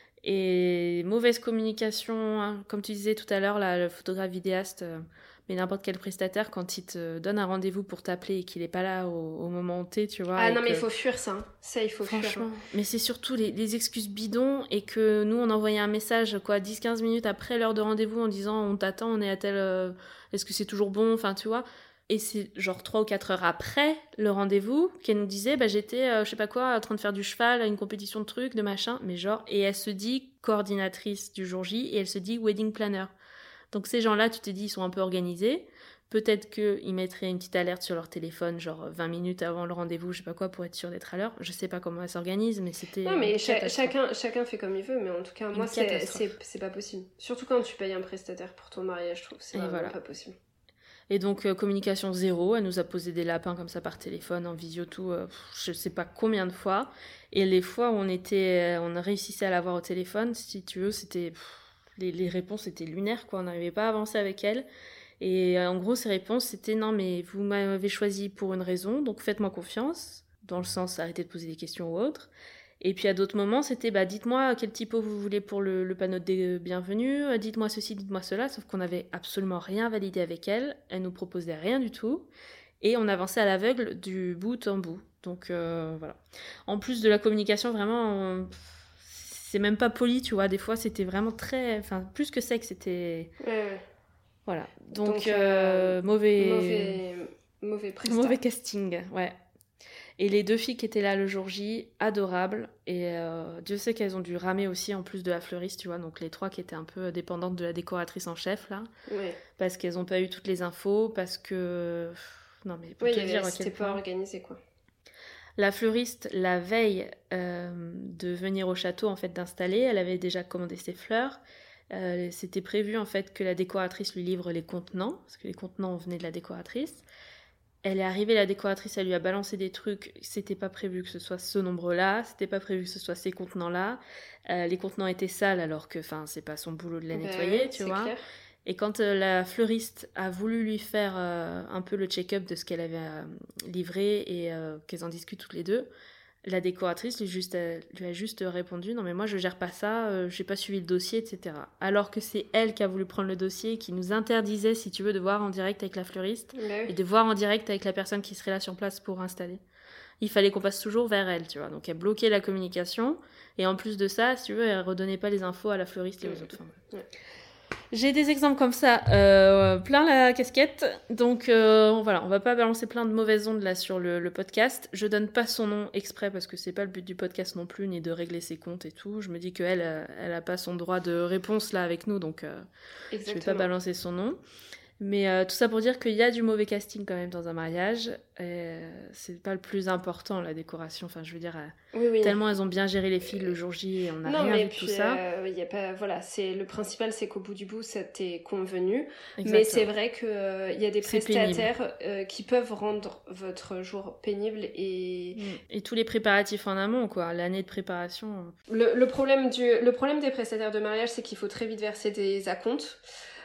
Et mauvaise communication, hein. Comme tu disais tout à l'heure, là, le photographe vidéaste, euh, mais n'importe quel prestataire, quand il te donne un rendez-vous pour t'appeler et qu'il n'est pas là au, au moment T, tu vois. Ah non, que... mais il faut fuir ça. Ça, il faut Franchement, fuir. Franchement. Mais c'est surtout les, les excuses bidons et que nous, on envoyait un message, quoi, dix à quinze minutes après l'heure de rendez-vous en disant on t'attend, on est à tel. Euh, est-ce que c'est toujours bon ? Enfin, tu vois. Et c'est genre trois ou quatre heures après le rendez-vous qu'elle nous disait bah j'étais euh, je sais pas quoi en train de faire du cheval à une compétition de trucs de machin mais genre et elle se dit coordinatrice du jour J et elle se dit wedding planner. Donc ces gens-là tu te dis ils sont un peu organisés, peut-être qu'ils mettraient une petite alerte sur leur téléphone genre vingt minutes avant le rendez-vous je sais pas quoi pour être sûr d'être à l'heure. Je sais pas comment elle s'organise mais c'était non mais cha- chacun chacun fait comme il veut mais en tout cas moi c'est, c'est, c'est pas possible, surtout quand tu payes un prestataire pour ton mariage, je trouve c'est et vraiment voilà. Pas possible. Et donc, euh, communication zéro, elle nous a posé des lapins comme ça par téléphone, en visio, tout, euh, je sais pas combien de fois. Et les fois où on était, euh, on réussissait à l'avoir au téléphone, si tu veux, c'était... Pff, les, les réponses étaient lunaires, quoi, on n'arrivait pas à avancer avec elle. Et euh, en gros, ces réponses, c'était « Non, mais vous m'avez choisi pour une raison, donc faites-moi confiance », dans le sens « Arrêtez de poser des questions ou autre ». Et puis à d'autres moments, c'était bah, « Dites-moi quel typo vous voulez pour le, le panneau de bienvenue, dites-moi ceci, dites-moi cela », sauf qu'on n'avait absolument rien validé avec elle, elle nous proposait rien du tout, et on avançait à l'aveugle du bout en bout. Donc euh, voilà. En plus de la communication, vraiment, on... c'est même pas poli, tu vois, des fois c'était vraiment très... Enfin, plus que sec, c'était... Ouais. Voilà. Donc, Donc euh, mauvais... Mauvais, mauvais prestat. Mauvais casting, ouais. Et les deux filles qui étaient là le jour J, adorables. Et euh, Dieu sait qu'elles ont dû ramer aussi en plus de la fleuriste, tu vois. Donc les trois qui étaient un peu dépendantes de la décoratrice en chef, là. Ouais. Parce qu'elles n'ont pas eu toutes les infos, parce que... Non, mais pour oui, te dire avait, c'était pas organisé, quoi. La fleuriste, la veille euh, de venir au château, en fait, d'installer, elle avait déjà commandé ses fleurs. Euh, c'était prévu, en fait, que la décoratrice lui livre les contenants, parce que les contenants venaient de la décoratrice. Elle est arrivée, la décoratrice, elle lui a balancé des trucs, c'était pas prévu que ce soit ce nombre-là, c'était pas prévu que ce soit ces contenants-là. Euh, les contenants étaient sales alors que, enfin, c'est pas son boulot de les nettoyer, ben, tu vois. Clair. Et quand euh, la fleuriste a voulu lui faire euh, un peu le check-up de ce qu'elle avait euh, livré et euh, qu'elles en discutent toutes les deux, la décoratrice lui, juste, euh, lui a juste répondu « Non mais moi je gère pas ça, euh, j'ai pas suivi le dossier, et cetera » Alors que c'est elle qui a voulu prendre le dossier et qui nous interdisait, si tu veux, de voir en direct avec la fleuriste Bah oui. et de voir en direct avec la personne qui serait là sur place pour installer. Il fallait qu'on passe toujours vers elle, tu vois. Donc elle bloquait la communication et en plus de ça, si tu veux, elle redonnait pas les infos à la fleuriste et aux Mmh. autres. Enfin, Ouais. J'ai des exemples comme ça, euh, plein la casquette. Donc euh, voilà, on va pas balancer plein de mauvaises ondes là sur le, le podcast. Je donne pas son nom exprès parce que c'est pas le but du podcast non plus, ni de régler ses comptes et tout. Je me dis qu'elle, euh, elle a pas son droit de réponse là avec nous, donc euh, je vais pas balancer son nom. Mais euh, tout ça pour dire qu'il y a du mauvais casting quand même dans un mariage. Et c'est pas le plus important, la décoration. Enfin, je veux dire, euh, Oui, oui. tellement elles ont bien géré les filles le jour J et on n'a Non, rien mais vu de puis, tout ça. euh, y a pas, voilà, c'est, le principal, c'est qu'au bout du bout, ça t'est convenu. Exactement. Mais c'est vrai qu'il euh, y a des C'est prestataires euh, qui peuvent rendre votre jour pénible. Et, et tous les préparatifs en amont, quoi. L'année de préparation. le, le, problème du, le problème des prestataires de mariage, c'est qu'il faut très vite verser des acomptes.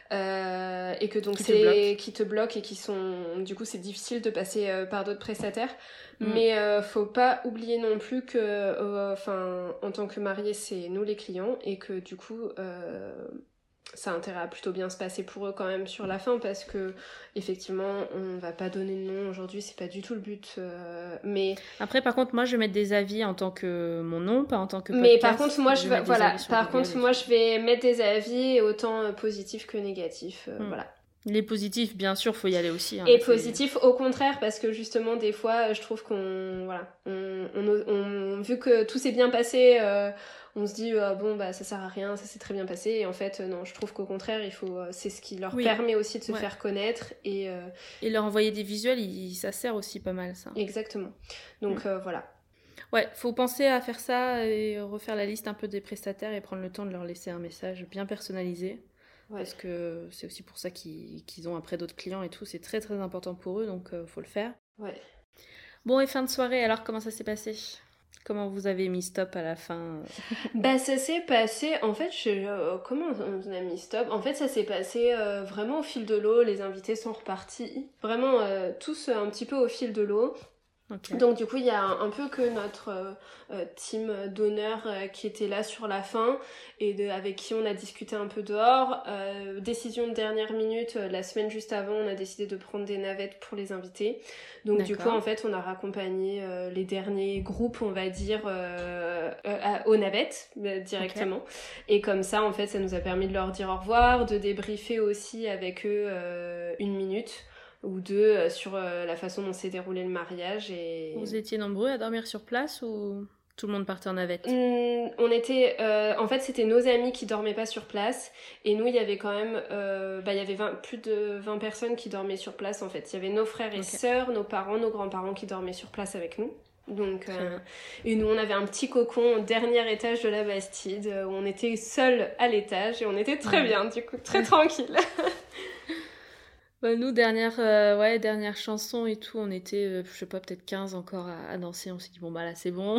Euh, et que donc qui c'est te qui te bloquent et qui sont du coup c'est difficile de passer euh, par d'autres prestataires. Mm. Mais euh, faut pas oublier non plus que enfin euh, en tant que mariés c'est nous les clients et que du coup euh, ça a intérêt à plutôt bien se passer pour eux quand même sur la fin parce que effectivement on va pas donner de nom aujourd'hui, c'est pas du tout le but. Euh, mais après par contre moi je vais mettre des avis en tant que mon nom, pas en tant que podcast. Mais par contre moi je, je vais voilà par Google contre moi je vais mettre des avis autant positifs que négatifs. Euh, mm. Voilà. Les positifs, bien sûr, faut y aller aussi. Hein, et positifs, au contraire, parce que justement, des fois, je trouve qu'on, voilà, on, on, on vu que tout s'est bien passé, euh, on se dit euh, bon bah ça sert à rien, ça s'est très bien passé. Et en fait, euh, non, je trouve qu'au contraire, il faut, euh, c'est ce qui leur oui. permet aussi de se ouais. faire connaître et euh... et leur envoyer des visuels, il, ça sert aussi pas mal ça. Exactement. Donc mmh. euh, voilà. Ouais, faut penser à faire ça et refaire la liste un peu des prestataires et prendre le temps de leur laisser un message bien personnalisé. Ouais. Parce que c'est aussi pour ça qu'ils, qu'ils ont après d'autres clients et tout, c'est très très important pour eux, donc euh, faut le faire. Ouais. Bon, et fin de soirée, alors comment ça s'est passé ? Comment vous avez mis stop à la fin ? Bah ça s'est passé, en fait, je, euh, comment on a mis stop ? En fait ça s'est passé euh, vraiment au fil de l'eau, les invités sont repartis, vraiment euh, tous un petit peu au fil de l'eau. Okay. Donc du coup il y a un, un peu que notre euh, team d'honneur euh, qui était là sur la fin et de, avec qui on a discuté un peu dehors. Euh, décision de dernière minute, euh, la semaine juste avant on a décidé de prendre des navettes pour les invités. Donc D'accord. du coup en fait on a raccompagné euh, les derniers groupes on va dire euh, euh, à, aux navettes euh, directement. Okay. Et comme ça en fait ça nous a permis de leur dire au revoir, de débriefer aussi avec eux euh, une minute ou deux sur euh, la façon dont s'est déroulé le mariage. Et... Vous étiez nombreux à dormir sur place ou tout le monde partait en navette ? mmh, On était... Euh, en fait, c'était nos amis qui dormaient pas sur place. Et nous, il y avait quand même... Euh, bah, il y avait vingt, plus de vingt personnes qui dormaient sur place, en fait. Il y avait nos frères et okay. sœurs, nos parents, nos grands-parents qui dormaient sur place avec nous. Donc, euh, et nous, on avait un petit cocon au dernier étage de la Bastide où on était seuls à l'étage et on était très ouais. bien, du coup, très tranquille. Bah, nous, dernière, euh, ouais, dernière chanson et tout, on était, euh, je sais pas, peut-être quinze encore à, à danser. On s'est dit, bon, bah là, c'est bon.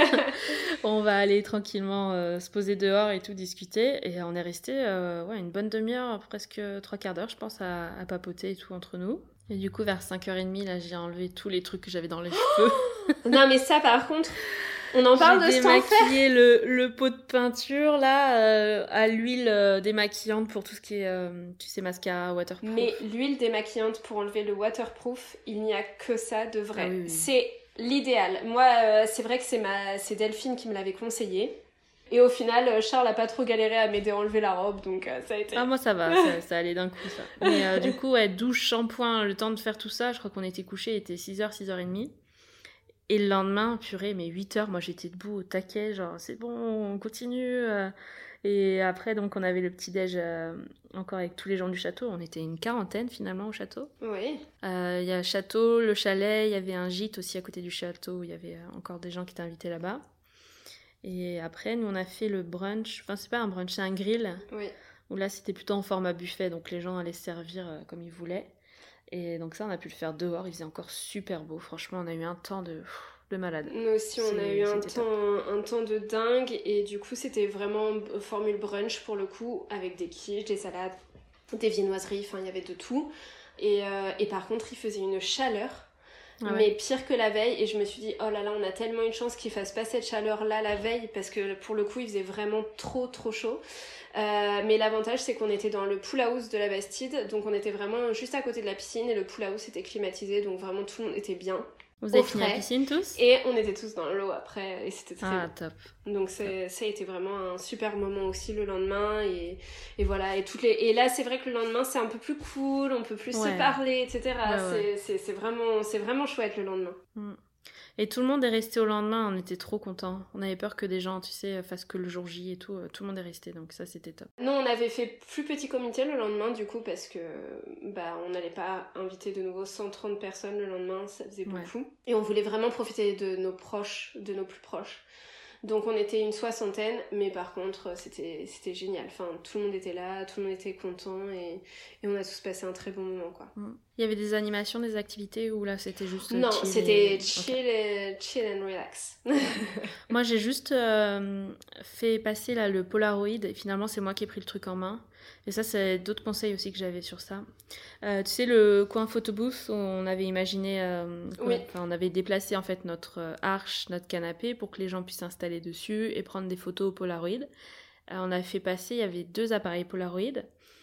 On va aller tranquillement euh, se poser dehors et tout, discuter. Et on est resté euh, ouais, une bonne demi-heure, presque trois quarts d'heure, je pense, à, à papoter et tout entre nous. Et du coup, vers cinq heures trente, là, j'ai enlevé tous les trucs que j'avais dans les cheveux. Non, mais ça, par contre... On en parle j'ai de ce temps faire. J'ai démaquillé le, le pot de peinture, là, euh, à l'huile euh, démaquillante pour tout ce qui est, euh, tu sais, mascara, waterproof. Mais l'huile démaquillante pour enlever le waterproof, il n'y a que ça de vrai. Ah oui, oui. C'est l'idéal. Moi, euh, c'est vrai que c'est, ma... c'est Delphine qui me l'avait conseillé. Et au final, Charles a pas trop galéré à m'aider à enlever la robe, donc euh, ça a été... Ah, moi, ça va, ça, ça allait d'un coup, ça. Mais euh, du coup, ouais, douche, shampoing, le temps de faire tout ça, je crois qu'on était couchés, il était six heures, six heures trente. Et le lendemain, purée, mais huit heures, moi j'étais debout au taquet, genre c'est bon, on continue. Et après, donc on avait le petit-déj euh, encore avec tous les gens du château. On était une quarantaine finalement au château. Oui. Il euh, y a le château, le chalet, il y avait un gîte aussi à côté du château où il y avait encore des gens qui étaient invités là-bas. Et après, nous on a fait le brunch, enfin c'est pas un brunch, c'est un grill. Oui. Où là c'était plutôt en format buffet, donc les gens allaient se servir euh, comme ils voulaient. Et donc ça, on a pu le faire dehors, il faisait encore super beau. Franchement, on a eu un temps de, de malade. Nous aussi, on c'est, a eu un temps, un temps de dingue. Et du coup, c'était vraiment formule brunch pour le coup, avec des quiches, des salades, des viennoiseries, enfin, il y avait de tout. Et, euh, et par contre, il faisait une chaleur. Ah ouais. mais pire que la veille. Et je me suis dit, oh là là, on a tellement une chance qu'il fasse pas cette chaleur-là la veille, parce que pour le coup, il faisait vraiment trop trop chaud. Euh, mais l'avantage, c'est qu'on était dans le pool house de la Bastide, donc on était vraiment juste à côté de la piscine, et le pool house était climatisé, donc vraiment tout le monde était bien. Vous avez Au fini la frais. piscine tous? Et on était tous dans l'eau après, et c'était très Ah, bien. top. Donc c'est, ça a été vraiment un super moment aussi le lendemain, et, et voilà, et, toutes les... et là c'est vrai que le lendemain c'est un peu plus cool, on peut plus Ouais. se parler, et cetera. Ouais, ouais. C'est, c'est, c'est, vraiment, c'est vraiment chouette le lendemain. Mm. Et tout le monde est resté au lendemain, on était trop contents. On avait peur que des gens, tu sais, fassent que le jour J et tout. Tout le monde est resté, donc ça c'était top. Nous on avait fait plus petit comité le lendemain du coup, parce que bah, on n'allait pas inviter de nouveau cent trente personnes le lendemain, ça faisait beaucoup. Ouais. Et on voulait vraiment profiter de nos proches, de nos plus proches. Donc on était une soixantaine, mais par contre c'était, c'était génial. Enfin, tout le monde était là, tout le monde était content, et, et on a tous passé un très bon moment, quoi. Il y avait des animations, des activités, ou là c'était juste non, chill c'était et... chill, okay. et, chill and relax. Moi j'ai juste euh, fait passer là, le Polaroid, et finalement c'est moi qui ai pris le truc en main. Et ça, c'est d'autres conseils aussi que j'avais sur ça. Euh, tu sais, le coin photobooth, où on avait imaginé, euh, quoi, oui. Enfin, on avait déplacé en fait notre euh, arche, notre canapé, pour que les gens puissent s'installer dessus et prendre des photos au Polaroid. Euh, on a fait passer, il y avait deux appareils Polaroid,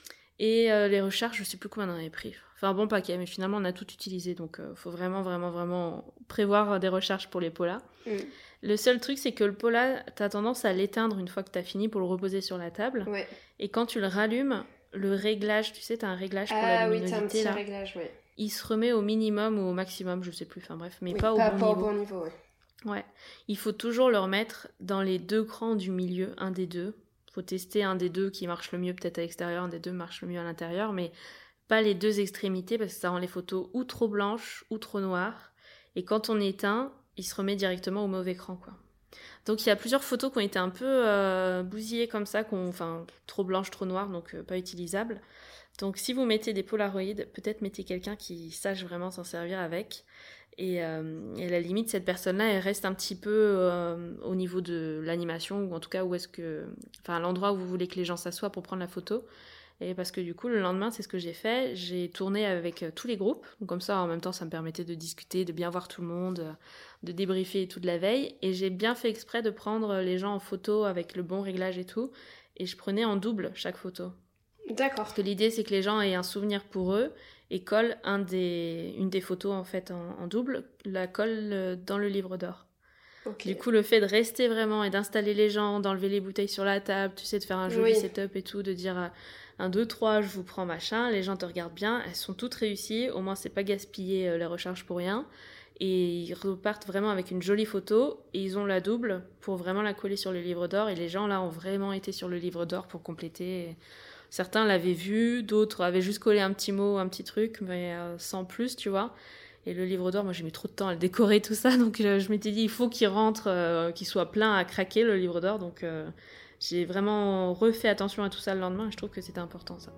et euh, les recharges, je sais plus combien on en avait pris. Enfin, un bon paquet, mais finalement, on a tout utilisé, donc il euh, faut vraiment, vraiment, vraiment prévoir des recharges pour les Polas. Mm. Le seul truc, c'est que le Pola, t'as tendance à l'éteindre une fois que t'as fini pour le reposer sur la table. Ouais. Et quand tu le rallumes, le réglage, tu sais, t'as un réglage pour ah, la luminosité. Ah oui, t'as un petit là. réglage, ouais. Il se remet au minimum ou au maximum, je sais plus, enfin bref, mais oui, pas, pas, au, bon pas niveau. au bon niveau. Ouais. Ouais. Il faut toujours le remettre dans les deux crans du milieu, un des deux. Faut tester un des deux qui marche le mieux peut-être à l'extérieur, un des deux marche le mieux à l'intérieur, mais pas les deux extrémités parce que ça rend les photos ou trop blanches ou trop noires. Et quand on éteint, il se remet directement au mauvais écran, quoi. Donc il y a plusieurs photos qui ont été un peu euh, bousillées comme ça, enfin trop blanches, trop noires, donc euh, pas utilisables. Donc si vous mettez des Polaroids, peut-être mettez quelqu'un qui sache vraiment s'en servir avec. Et, euh, et à la limite, cette personne-là, elle reste un petit peu euh, au niveau de l'animation, ou en tout cas où est-ce que, enfin l'endroit où vous voulez que les gens s'assoient pour prendre la photo. Et parce que du coup, le lendemain, c'est ce que j'ai fait. J'ai tourné avec euh, tous les groupes. Donc comme ça, en même temps, ça me permettait de discuter, de bien voir tout le monde, euh, de débriefer et tout de la veille. Et j'ai bien fait exprès de prendre les gens en photo avec le bon réglage et tout. Et je prenais en double chaque photo. D'accord. Parce que l'idée, c'est que les gens aient un souvenir pour eux et collent un des, une des photos en fait en, en double, la colle dans le livre d'or. Okay. Du coup, le fait de rester vraiment et d'installer les gens, d'enlever les bouteilles sur la table, tu sais, de faire un joli oui. setup et tout, de dire un, deux, trois, je vous prends machin, les gens te regardent bien, elles sont toutes réussies, au moins c'est pas gaspillé euh, les recharges pour rien. Et ils repartent vraiment avec une jolie photo et ils ont la double pour vraiment la coller sur le livre d'or. Et les gens là ont vraiment été sur le livre d'or pour compléter. Certains l'avaient vu, d'autres avaient juste collé un petit mot, un petit truc, mais euh, sans plus, tu vois. Et le livre d'or, moi j'ai mis trop de temps à le décorer, tout ça, donc euh, je m'étais dit il faut qu'il rentre, euh, qu'il soit plein à craquer le livre d'or. Donc euh, j'ai vraiment refait attention à tout ça le lendemain et je trouve que c'était important ça.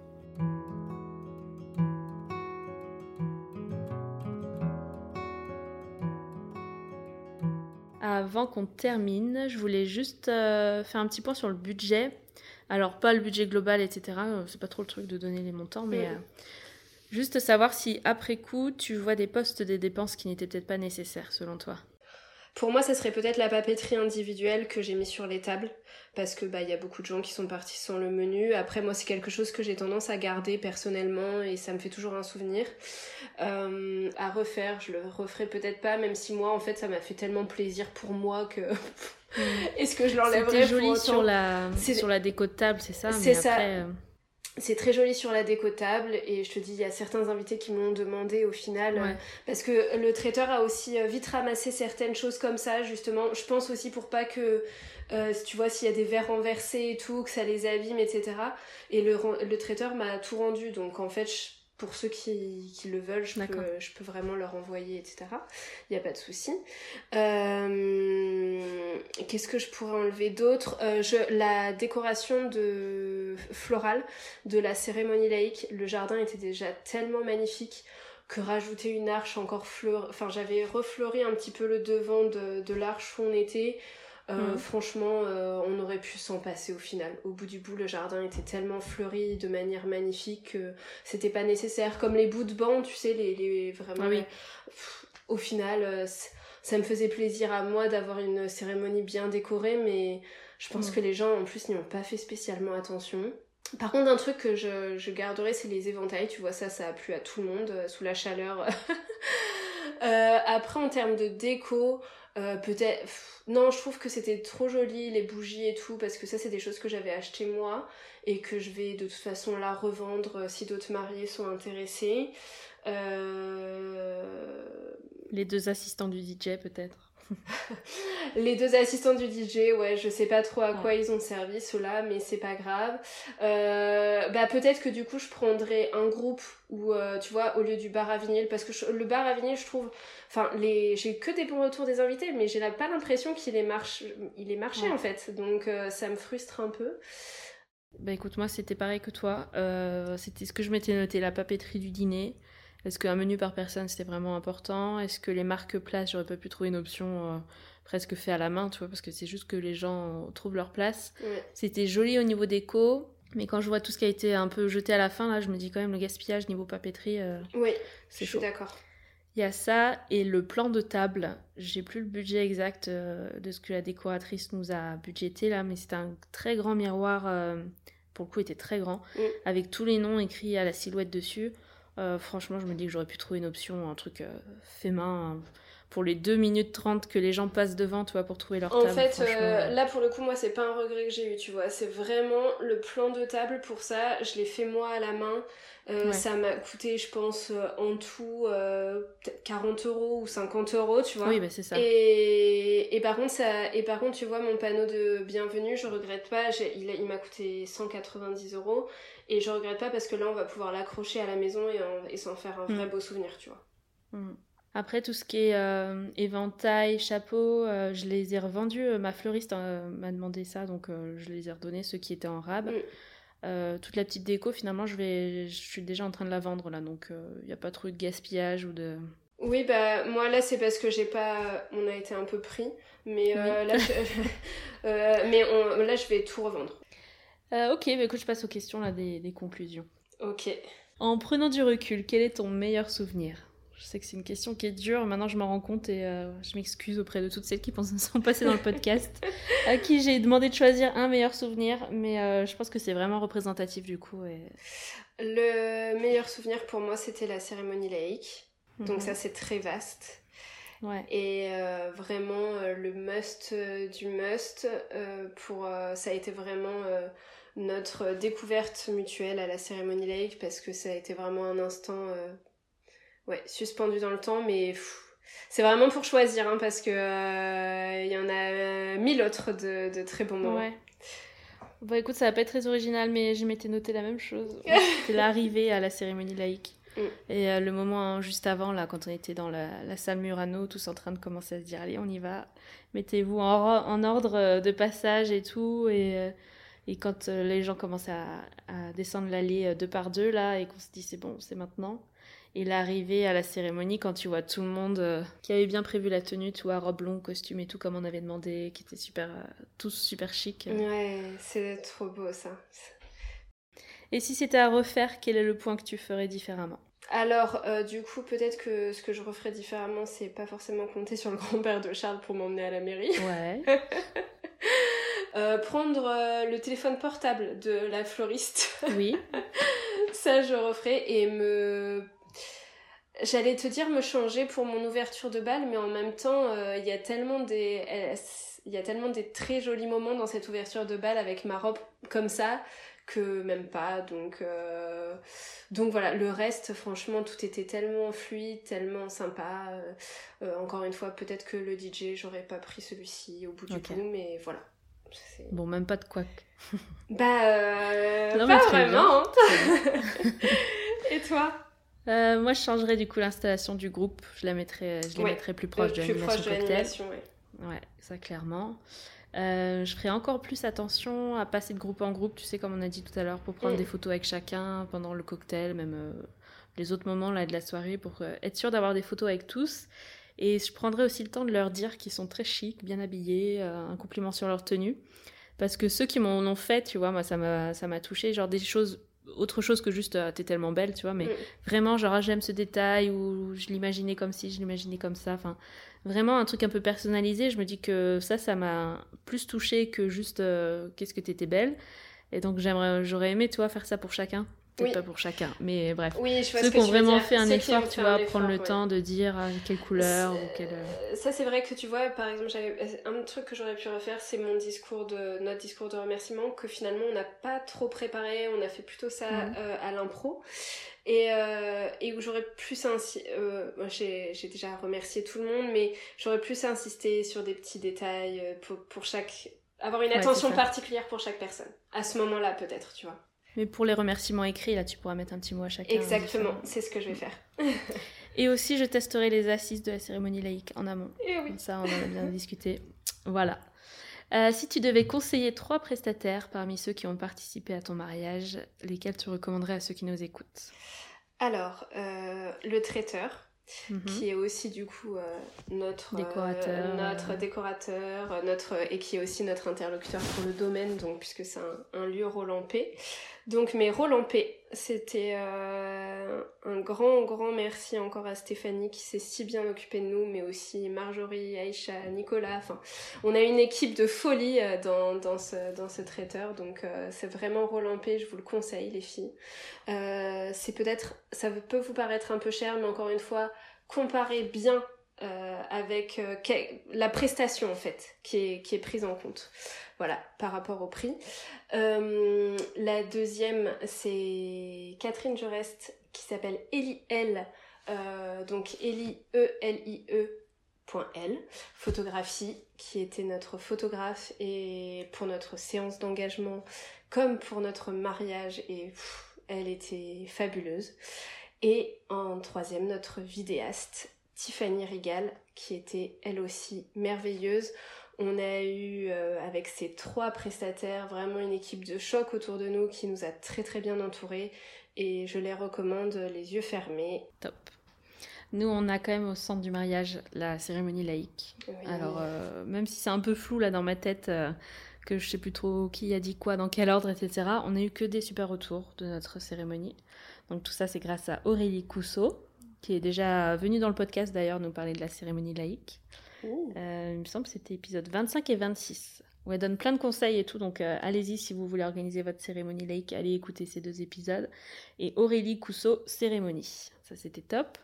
Avant qu'on termine, je voulais juste euh, faire un petit point sur le budget. Alors, pas le budget global, et cetera. C'est pas trop le truc de donner les montants, mais euh, juste savoir si, après coup, tu vois des postes des dépenses qui n'étaient peut-être pas nécessaires, selon toi. Pour moi, ça serait peut-être la papeterie individuelle que j'ai mis sur les tables, parce que bah, y a beaucoup de gens qui sont partis sans le menu. Après, moi, c'est quelque chose que j'ai tendance à garder personnellement, et ça me fait toujours un souvenir. Euh, à refaire, je le referai peut-être pas, même si moi, en fait, ça m'a fait tellement plaisir pour moi que... Est-ce que je l'enlèverais? C'était joli sur la, sur la déco de table, c'est ça? C'est mais ça. Après, euh... C'est très joli sur la déco table et je te dis, il y a certains invités qui m'ont demandé au final, ouais. euh, parce que le traiteur a aussi euh, vite ramassé certaines choses comme ça, justement. Je pense aussi pour pas que, euh, tu vois, s'il y a des verres renversés et tout, que ça les abîme, et cetera. Et le, le traiteur m'a tout rendu, donc en fait, je, pour ceux qui, qui le veulent, je peux, je peux vraiment leur envoyer, et cetera. Il n'y a pas de souci. Euh, qu'est-ce que je pourrais enlever d'autre? euh, je, La décoration de florale de la cérémonie laïque, le jardin était déjà tellement magnifique que rajouter une arche encore fleur... Enfin, j'avais refleuri un petit peu le devant de, de l'arche où on était. Euh, mmh. Franchement, euh, on aurait pu s'en passer au final. Au bout du bout, le jardin était tellement fleuri de manière magnifique que c'était pas nécessaire. Comme les bouts de banc, tu sais, les, les vraiment. Ah oui. Pff, au final, euh, ça me faisait plaisir à moi d'avoir une cérémonie bien décorée, mais je pense mmh. que les gens en plus n'y ont pas fait spécialement attention. Par contre, un truc que je, je garderai, c'est les éventails. Tu vois, ça, ça a plu à tout le monde, euh, sous la chaleur. euh, après, en termes de déco, euh, peut-être... Pff, non, je trouve que c'était trop joli, les bougies et tout, parce que ça, c'est des choses que j'avais achetées moi, et que je vais de toute façon là revendre euh, si d'autres mariés sont intéressés. Euh... Les deux assistants du D J, peut-être. Les deux assistants du D J, ouais, je sais pas trop à quoi ouais. ils ont servi ceux-là, mais c'est pas grave. Euh, bah peut-être que du coup je prendrais un groupe où euh, tu vois, au lieu du bar à vinyle, parce que je, le bar à vinyle, je trouve, enfin les, j'ai eu que des bons retours des invités, mais j'ai pas l'impression qu'il ait marché, il ait marché ouais. en fait, donc euh, ça me frustre un peu. Bah écoute, moi c'était pareil que toi, euh, c'était ce que je m'étais noté, la papeterie du dîner. Est-ce qu'un menu par personne, c'était vraiment important ? Est-ce que les marque-places, j'aurais pas pu trouver une option euh, presque fait à la main, tu vois, parce que c'est juste que les gens trouvent leur place. Ouais. C'était joli au niveau déco, mais quand je vois tout ce qui a été un peu jeté à la fin, là, je me dis quand même le gaspillage niveau papeterie, euh, oui, c'est je chaud. suis d'accord. Il y a ça, et le plan de table, j'ai plus le budget exact euh, de ce que la décoratrice nous a budgété, là, mais c'était un très grand miroir, euh, pour le coup, il était très grand, mm. avec tous les noms écrits à la silhouette dessus. Euh, franchement, je me dis que j'aurais pu trouver une option, un truc euh, fait main, hein, pour les deux minutes trente que les gens passent devant, tu vois, pour trouver leur en table. En fait, euh, là, pour le coup, moi, c'est pas un regret que j'ai eu, tu vois. C'est vraiment le plan de table pour ça. Je l'ai fait moi à la main. Euh, ouais. Ça m'a coûté, je pense, euh, en tout euh, peut-être quarante euros ou cinquante euros, tu vois. Oui, bah c'est ça. Et, et, par contre, ça... et par contre, tu vois, mon panneau de bienvenue, je regrette pas. J'ai... Il, a... il m'a coûté cent quatre-vingt-dix euros. Et je regrette pas parce que là, on va pouvoir l'accrocher à la maison et, en... et s'en faire un vrai mmh. beau souvenir, tu vois. Mmh. Après, tout ce qui est euh, éventail, chapeau, euh, je les ai revendus. Ma fleuriste euh, m'a demandé ça, donc euh, je les ai redonnés, ceux qui étaient en rab. Mmh. Euh, toute la petite déco, finalement, je, vais... je suis déjà en train de la vendre, là, donc il euh, n'y a pas trop de gaspillage ou de... Oui, bah, moi, là, c'est parce que j'ai pas... On a été un peu pris, mais euh, oui. là, je... euh, mais on... là, je vais tout revendre. Euh, ok, bah, écoute, je passe aux questions, là, des, des conclusions. Ok. En prenant du recul, quel est ton meilleur souvenir ? Je sais que c'est une question qui est dure, maintenant je m'en rends compte et euh, je m'excuse auprès de toutes celles qui pensent sont passées dans le podcast, à qui j'ai demandé de choisir un meilleur souvenir, mais euh, je pense que c'est vraiment représentatif du coup. Et... Le meilleur souvenir pour moi, c'était la cérémonie laïque, mm-hmm. donc ça c'est très vaste. Ouais. Et euh, vraiment euh, le must euh, du must, euh, pour, euh, ça a été vraiment euh, notre découverte mutuelle à la cérémonie laïque, parce que ça a été vraiment un instant... Euh, Ouais, suspendu dans le temps, mais pff, c'est vraiment pour choisir, hein, parce que il euh, y en a mille autres de, de très bons moments. Ouais. Bon, écoute, ça va pas être très original, mais je m'étais noté la même chose. C'était l'arrivée à la cérémonie laïque. Mm. Et euh, le moment hein, juste avant, là, quand on était dans la, la salle Murano, tous en train de commencer à se dire, allez, on y va. Mettez-vous en, en ordre de passage et tout. Et, euh, et quand euh, les gens commençaient à, à descendre l'allée deux par deux, là, et qu'on se dit, c'est bon, c'est maintenant. Et l'arrivée à la cérémonie, quand tu vois tout le monde euh, qui avait bien prévu la tenue, tu vois, robe longue, costume et tout, comme on avait demandé, qui était super, euh, tous super chic. Ouais, c'est trop beau ça. Et si c'était à refaire, quel est le point que tu ferais différemment ? Alors, euh, du coup, peut-être que ce que je referais différemment, c'est pas forcément compter sur le grand-père de Charles pour m'emmener à la mairie. Ouais. euh, prendre euh, le téléphone portable de la fleuriste. Oui. Ça, je referais et me... J'allais te dire me changer pour mon ouverture de bal, mais en même temps, il euh, y a tellement des... Il y a tellement des très jolis moments dans cette ouverture de bal avec ma robe comme ça, que même pas, donc... Euh... Donc voilà, le reste, franchement, tout était tellement fluide, tellement sympa. Euh, encore une fois, peut-être que le D J, j'aurais pas pris celui-ci au bout du okay. bout, mais voilà. C'est... Bon, même pas de couac. Bah, euh, non, pas vraiment. Et toi ? Euh, moi, je changerais du coup l'installation du groupe. Je la mettrais, je les ouais, mettrais plus proche de l'animation cocktail. Ouais. ouais, ça clairement. Euh, je ferais encore plus attention à passer de groupe en groupe, tu sais, comme on a dit tout à l'heure, pour prendre mm. des photos avec chacun pendant le cocktail, même euh, les autres moments là, de la soirée, pour euh, être sûr d'avoir des photos avec tous. Et je prendrais aussi le temps de leur dire qu'ils sont très chics, bien habillés, euh, un compliment sur leur tenue. Parce que ceux qui m'en ont fait, tu vois, moi, ça m'a, ça m'a touchée. Genre des choses autre chose que juste euh, t'es tellement belle, tu vois, mais mm. vraiment genre ah, j'aime ce détail ou je l'imaginais comme ci, je l'imaginais comme ça, enfin vraiment un truc un peu personnalisé. Je me dis que ça, ça m'a plus touchée que juste euh, qu'est-ce que t'étais belle. Et donc j'aimerais, j'aurais aimé, tu vois, faire ça pour chacun. Peut-être oui. pas pour chacun, mais bref. Oui, je vois Ceux ce qui ont vraiment dire. fait un Ceux effort, tu vois, effort, prendre le ouais. temps de dire ah, quelle couleur ou quelle... Ça, c'est vrai que tu vois, par exemple, j'avais... un truc que j'aurais pu refaire, c'est mon discours de... notre discours de remerciement, que finalement, on n'a pas trop préparé, on a fait plutôt ça mmh. euh, à l'impro. Et, euh, et où j'aurais plus insisté... Euh, moi, j'ai, j'ai déjà remercié tout le monde, mais j'aurais plus insisté sur des petits détails pour, pour chaque... avoir une attention ouais, particulière pour chaque personne. À ce moment-là, peut-être, tu vois. Mais pour les remerciements écrits, là, tu pourras mettre un petit mot à chacun. Exactement, c'est ce que je vais faire. Et aussi, je testerai les assises de la cérémonie laïque en amont. Et oui. Comme ça, on en a bien discuté. Voilà. Euh, si tu devais conseiller trois prestataires parmi ceux qui ont participé à ton mariage, lesquels tu recommanderais à ceux qui nous écoutent ? Alors, euh, le traiteur. Mmh. Qui est aussi du coup euh, notre décorateur, euh, notre décorateur, notre et qui est aussi notre interlocuteur pour le domaine, donc puisque c'est un, un lieu Roland P. Donc mais Roland P, c'était euh, un grand grand merci encore à Stéphanie qui s'est si bien occupée de nous, mais aussi Marjorie, Aïcha, Nicolas. Enfin, on a une équipe de folie euh, dans dans ce dans ce traiteur, donc euh, c'est vraiment Roland P. Je vous le conseille les filles. Euh, c'est peut-être ça peut vous paraître un peu cher, mais encore une fois comparez bien euh, avec euh, la prestation en fait qui est, qui est prise en compte, voilà, par rapport au prix. Euh, la deuxième c'est Catherine Jorest qui s'appelle Elie L, euh, donc Elie E L I E point L, photographie, qui était notre photographe et pour notre séance d'engagement comme pour notre mariage, et pff, elle était fabuleuse. Et en troisième, notre vidéaste, Tiffany Rigal, qui était elle aussi merveilleuse. On a eu, euh, avec ces trois prestataires, vraiment une équipe de choc autour de nous qui nous a très très bien entourés. Et je les recommande les yeux fermés. Top. Nous, on a quand même au centre du mariage la cérémonie laïque. Oui. Alors, euh, même si c'est un peu flou là dans ma tête... Euh... que je sais plus trop qui a dit quoi, dans quel ordre, et cetera. On n'a eu que des super retours de notre cérémonie. Donc tout ça, c'est grâce à Aurélie Cousseau, qui est déjà venue dans le podcast d'ailleurs nous parler de la cérémonie laïque. Euh, il me semble que c'était épisode vingt-cinq et vingt-six, où elle donne plein de conseils et tout. Donc euh, allez-y si vous voulez organiser votre cérémonie laïque, allez écouter ces deux épisodes. Et Aurélie Cousseau, cérémonie. Ça, c'était top.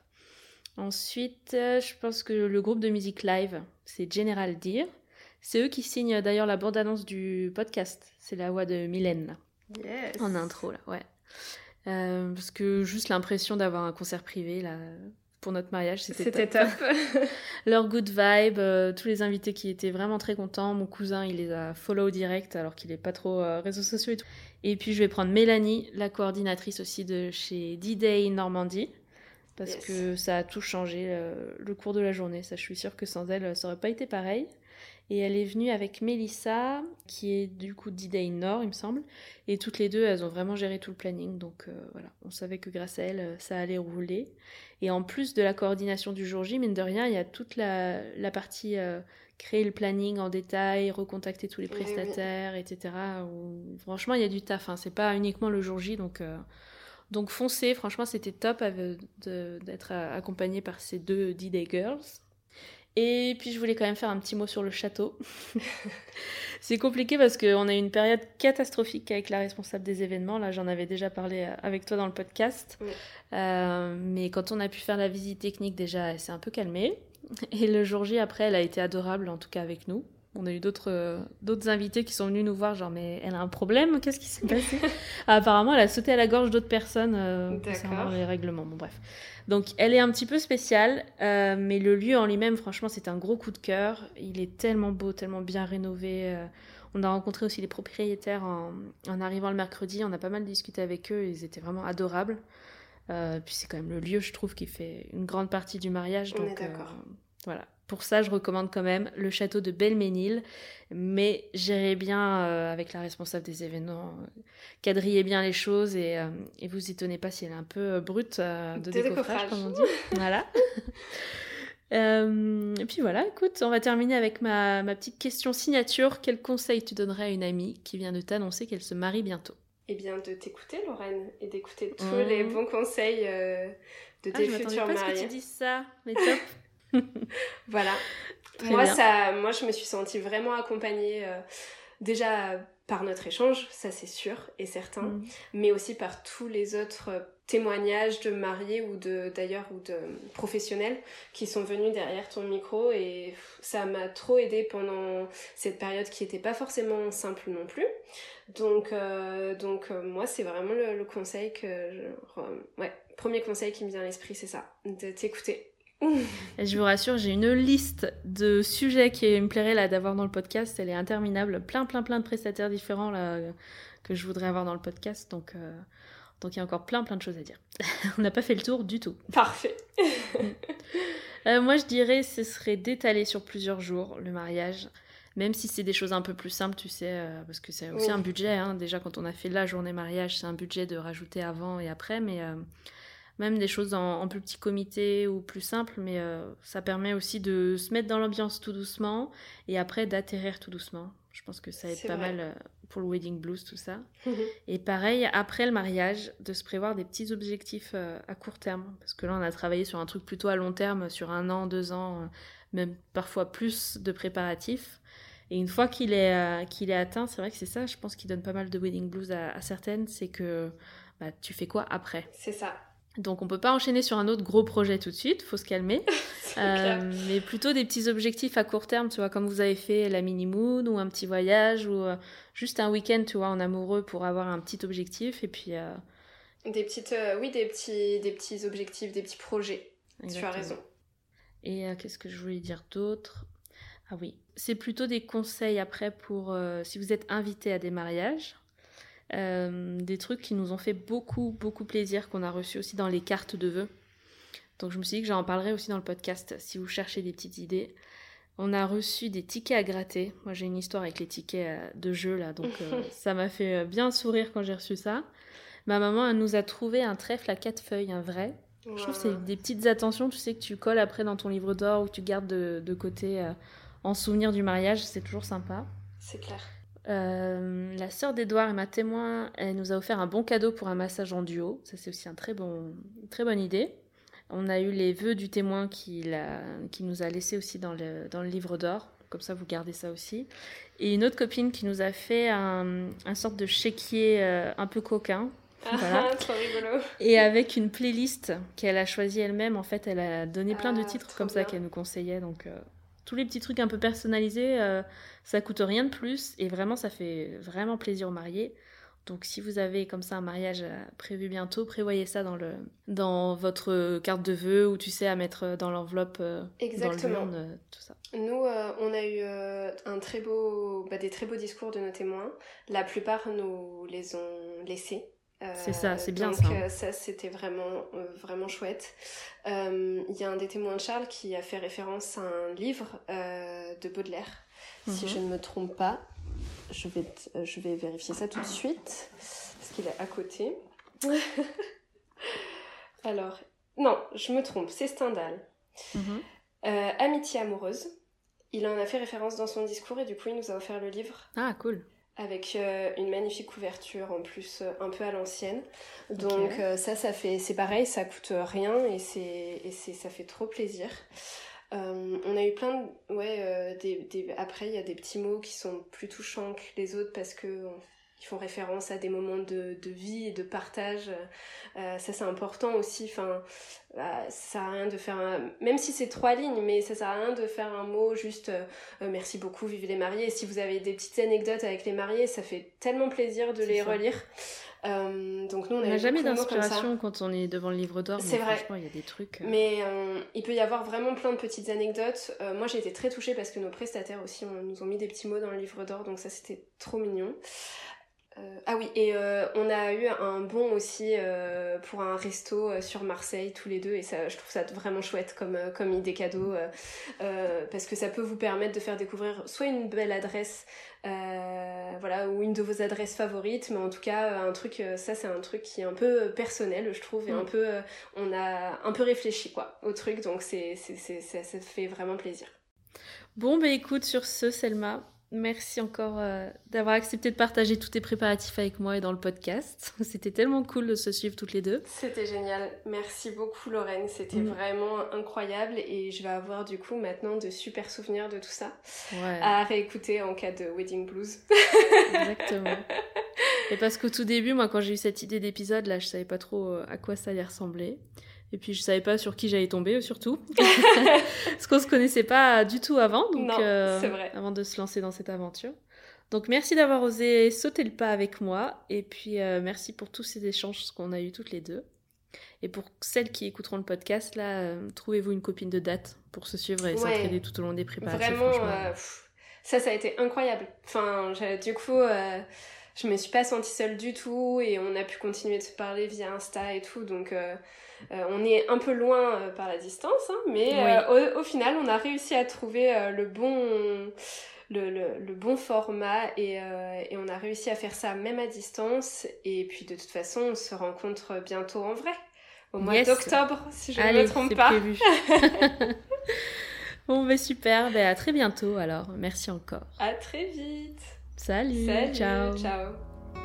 Ensuite, euh, je pense que le groupe de musique live, c'est General Deer. C'est eux qui signent d'ailleurs la bande-annonce du podcast. C'est la voix de Mylène, là. Yes. En intro, là, ouais. Euh, parce que juste l'impression d'avoir un concert privé, là, pour notre mariage, c'était, c'était top. top. Leur good vibe, euh, tous les invités qui étaient vraiment très contents. Mon cousin, il les a follow direct, alors qu'il est pas trop euh, réseaux sociaux et tout. Et puis, je vais prendre Mélanie, la coordinatrice aussi de chez D-Day Normandie. Parce yes. que ça a tout changé, euh, le cours de la journée. Ça, je suis sûre que sans elle, ça aurait pas été pareil. Et elle est venue avec Mélissa, qui est du coup D-Day Nord, il me semble. Et toutes les deux, elles ont vraiment géré tout le planning. Donc euh, voilà, on savait que grâce à elles, ça allait rouler. Et en plus de la coordination du jour J, mine de rien, il y a toute la, la partie euh, créer le planning en détail, recontacter tous les prestataires, oui, oui. et cetera. Où, franchement, il y a du taf. Hein. C'est pas uniquement le jour J. Donc, euh, donc foncez, franchement, c'était top de, de, d'être accompagnée par ces deux D-Day Girls. Et puis je voulais quand même faire un petit mot sur le château. C'est compliqué parce qu'on a eu une période catastrophique avec la responsable des événements. Là, j'en avais déjà parlé avec toi dans le podcast. Oui. Euh, mais quand on a pu faire la visite technique, déjà, elle s'est un peu calmée. Et le jour J, après, elle a été adorable, en tout cas avec nous. On a eu d'autres, euh, d'autres invités qui sont venus nous voir, genre, mais elle a un problème, qu'est-ce qui s'est passé? Ah, apparemment, elle a sauté à la gorge d'autres personnes euh, concernant les règlements. Bon, bref. Donc, elle est un petit peu spéciale, euh, mais le lieu en lui-même, franchement, c'est un gros coup de cœur. Il est tellement beau, tellement bien rénové. Euh, on a rencontré aussi les propriétaires en, en arrivant le mercredi. On a pas mal discuté avec eux. Ils étaient vraiment adorables. Euh, puis c'est quand même le lieu, je trouve, qui fait une grande partie du mariage. Donc, on est d'accord. Euh, voilà. Pour ça, je recommande quand même le château de Belménil, mais gérez bien euh, avec la responsable des événements, euh, quadrillez bien les choses et, euh, et vous étonnez pas si elle est un peu euh, brute euh, de, de décoffrage, décoffrage, comme on dit. Voilà. euh, et puis voilà, écoute, on va terminer avec ma, ma petite question signature. Quel conseil tu donnerais à une amie qui vient de t'annoncer qu'elle se marie bientôt ? Eh bien, de t'écouter, Lorraine, et d'écouter tous Mmh. les bons conseils euh, de Ah, tes je m'attendais futurs pas à ce que mariés. tu dises ça, mais top. Voilà. Très Moi, bien. ça, moi, je me suis sentie vraiment accompagnée, euh, déjà par notre échange, ça c'est sûr et certain, Mm. mais aussi par tous les autres euh, témoignages de mariés ou de, d'ailleurs, ou de professionnels qui sont venus derrière ton micro, et ça m'a trop aidée pendant cette période qui n'était pas forcément simple non plus. Donc, euh, donc euh, moi, c'est vraiment le, le conseil que... Je, ouais, premier conseil qui me vient à l'esprit, c'est ça, de t'écouter. Et je vous rassure, j'ai une liste de sujets qui me plairait là d'avoir dans le podcast. Elle est interminable. Plein, plein, plein de prestataires différents là, que je voudrais avoir dans le podcast. Donc, euh, donc il y a encore plein, plein de choses à dire. On n'a pas fait le tour du tout. Parfait. euh, moi, je dirais ce serait d'étaler sur plusieurs jours le mariage. Même si c'est des choses un peu plus simples, tu sais, euh, parce que c'est aussi Oui. un budget. Hein. Déjà, quand on a fait la journée mariage, c'est un budget de rajouter avant et après. Mais... Euh, même des choses en, en plus petit comité ou plus simple, mais euh, ça permet aussi de se mettre dans l'ambiance tout doucement et après d'atterrir tout doucement. Je pense que ça aide C'est pas vrai. mal euh, pour le wedding blues, tout ça. Et pareil, après le mariage, de se prévoir des petits objectifs euh, à court terme, parce que là, on a travaillé sur un truc plutôt à long terme, sur un an, deux ans, euh, même parfois plus de préparatifs. Et une fois qu'il est, euh, qu'il est atteint, c'est vrai que c'est ça, je pense, qui donne pas mal de wedding blues à, à certaines, c'est que bah, tu fais quoi après ? C'est ça. Donc on peut pas enchaîner sur un autre gros projet tout de suite, faut se calmer. euh, mais plutôt des petits objectifs à court terme, tu vois, comme vous avez fait la mini-moon ou un petit voyage ou euh, juste un week-end, tu vois, en amoureux pour avoir un petit objectif et puis... Euh... Des petites, euh, oui, des petits, des petits objectifs, des petits projets. Exactement. Tu as raison. Et euh, qu'est-ce que je voulais dire d'autre ? Ah oui, c'est plutôt des conseils après pour euh, si vous êtes invité à des mariages. Euh, des trucs qui nous ont fait beaucoup, beaucoup plaisir, qu'on a reçus aussi dans les cartes de vœux. Donc je me suis dit que j'en parlerai aussi dans le podcast si vous cherchez des petites idées. On a reçu des tickets à gratter. Moi j'ai une histoire avec les tickets de jeu là, donc euh, ça m'a fait bien sourire quand j'ai reçu ça. Ma maman elle nous a trouvé un trèfle à quatre feuilles, un vrai. Wow. Je trouve que c'est des petites attentions, tu sais, que tu colles après dans ton livre d'or ou que tu gardes de, de côté euh, en souvenir du mariage, c'est toujours sympa. C'est clair. Euh, la sœur d'Edouard et ma témoin, elle nous a offert un bon cadeau pour un massage en duo. Ça, c'est aussi un très bon, une très bonne idée. On a eu les vœux du témoin qui, l'a, qui nous a laissé aussi dans le, dans le livre d'or. Comme ça, vous gardez ça aussi. Et une autre copine qui nous a fait un, un sorte de chéquier euh, un peu coquin. Ah, voilà. Trop rigolo. Et avec une playlist qu'elle a choisie elle-même. En fait, elle a donné plein ah, de titres comme bien. ça qu'elle nous conseillait. Donc... Euh, tous les petits trucs un peu personnalisés, euh, ça coûte rien de plus et vraiment ça fait vraiment plaisir aux mariés. Donc si vous avez comme ça un mariage prévu bientôt, prévoyez ça dans, le, dans votre carte de vœux ou tu sais à mettre dans l'enveloppe, euh, Exactement. dans l'urne, tout ça. Nous, euh, on a eu euh, un très beau, bah, des très beaux discours de nos témoins. La plupart nous les ont laissés. Euh, c'est ça, c'est bien donc, ça. Donc euh, ça, c'était vraiment, euh, vraiment chouette. Il euh, y a un des témoins de Charles qui a fait référence à un livre euh, de Baudelaire, mm-hmm. si je ne me trompe pas. Je vais, t- je vais vérifier ça tout de suite, parce qu'il est à côté. Alors, non, je me trompe, c'est Stendhal. Mm-hmm. Euh, Amitié amoureuse. Il en a fait référence dans son discours et du coup, il nous a offert le livre. Ah, cool. Avec euh, une magnifique couverture en plus euh, un peu à l'ancienne. Donc okay. euh, ça, ça fait, c'est pareil, ça coûte rien et, c'est, et c'est, ça fait trop plaisir. Euh, on a eu plein de... Ouais, euh, des, des, après, il y a des petits mots qui sont plus touchants que les autres parce que... Euh, ils font référence à des moments de, de vie et de partage. Euh, ça, c'est important aussi. Enfin, bah, ça sert à rien de faire un... Même si c'est trois lignes, mais ça sert à rien de faire un mot juste euh, « Merci beaucoup, vive les mariés ». Et si vous avez des petites anecdotes avec les mariés, ça fait tellement plaisir de c'est les ça. relire. Euh, donc nous, on, on n'a jamais d'inspiration quand on est devant le livre d'or. C'est mais vrai. Franchement, il y a des trucs... Euh... Mais euh, il peut y avoir vraiment plein de petites anecdotes. Euh, moi, j'ai été très touchée parce que nos prestataires aussi on, nous ont mis des petits mots dans le livre d'or. Donc ça, c'était trop mignon. Euh, ah oui, et euh, on a eu un bon aussi euh, pour un resto euh, sur Marseille tous les deux et ça, je trouve ça vraiment chouette comme, euh, comme idée cadeau euh, euh, parce que ça peut vous permettre de faire découvrir soit une belle adresse euh, voilà, ou une de vos adresses favorites, mais en tout cas un truc, ça c'est un truc qui est un peu personnel je trouve et mmh. un peu, euh, on a un peu réfléchi quoi, au truc donc c'est, c'est, c'est, ça, ça fait vraiment plaisir. Bon bah écoute, sur ce Selma, Merci encore euh, d'avoir accepté de partager tous tes préparatifs avec moi et dans le podcast. C'était tellement cool de se suivre toutes les deux. C'était génial. Merci beaucoup Lorraine. C'était mmh. vraiment incroyable et je vais avoir du coup maintenant de super souvenirs de tout ça ouais. à réécouter en cas de wedding blues. Exactement. Et parce qu'au tout début, moi quand j'ai eu cette idée d'épisode, là je savais pas trop à quoi ça allait ressembler. Et puis je savais pas sur qui j'allais tomber surtout. Parce qu'on se connaissait pas du tout avant. Donc, non, euh, c'est vrai. Avant de se lancer dans cette aventure. Donc merci d'avoir osé sauter le pas avec moi. Et puis euh, merci pour tous ces échanges qu'on a eu toutes les deux. Et pour celles qui écouteront le podcast, là, euh, trouvez-vous une copine de date pour se suivre et ouais. s'entraider tout au long des préparatifs. Vraiment, euh, pff, ça, ça a été incroyable. Enfin, du coup... Euh... Je me suis pas sentie seule du tout et on a pu continuer de se parler via Insta et tout, donc euh, euh, on est un peu loin euh, par la distance, hein, mais oui. euh, au, au final on a réussi à trouver euh, le bon le, le, le bon format et, euh, et on a réussi à faire ça même à distance et puis de toute façon on se rencontre bientôt en vrai, au mois yes. d'octobre si je ne me trompe pas. Prévu. Bon bah super, bah, à très bientôt alors, merci encore. À très vite. Salut, Salut, ciao. ciao.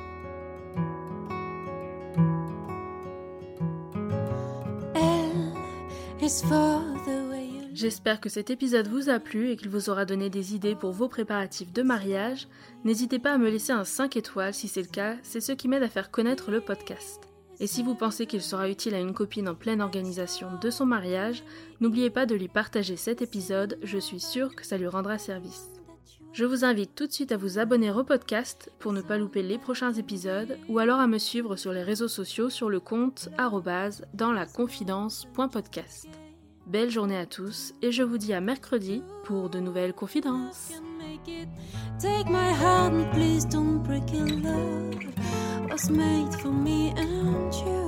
J'espère que cet épisode vous a plu et qu'il vous aura donné des idées pour vos préparatifs de mariage. N'hésitez pas à me laisser un cinq étoiles si c'est le cas, c'est ce qui m'aide à faire connaître le podcast. Et si vous pensez qu'il sera utile à une copine en pleine organisation de son mariage, n'oubliez pas de lui partager cet épisode, je suis sûre que ça lui rendra service. Je vous invite tout de suite à vous abonner au podcast pour ne pas louper les prochains épisodes ou alors à me suivre sur les réseaux sociaux sur le compte arobase dans la confidence point podcast. Belle journée à tous et je vous dis à mercredi pour de nouvelles confidences. Take my heart and please don't break it, love was made for me and you.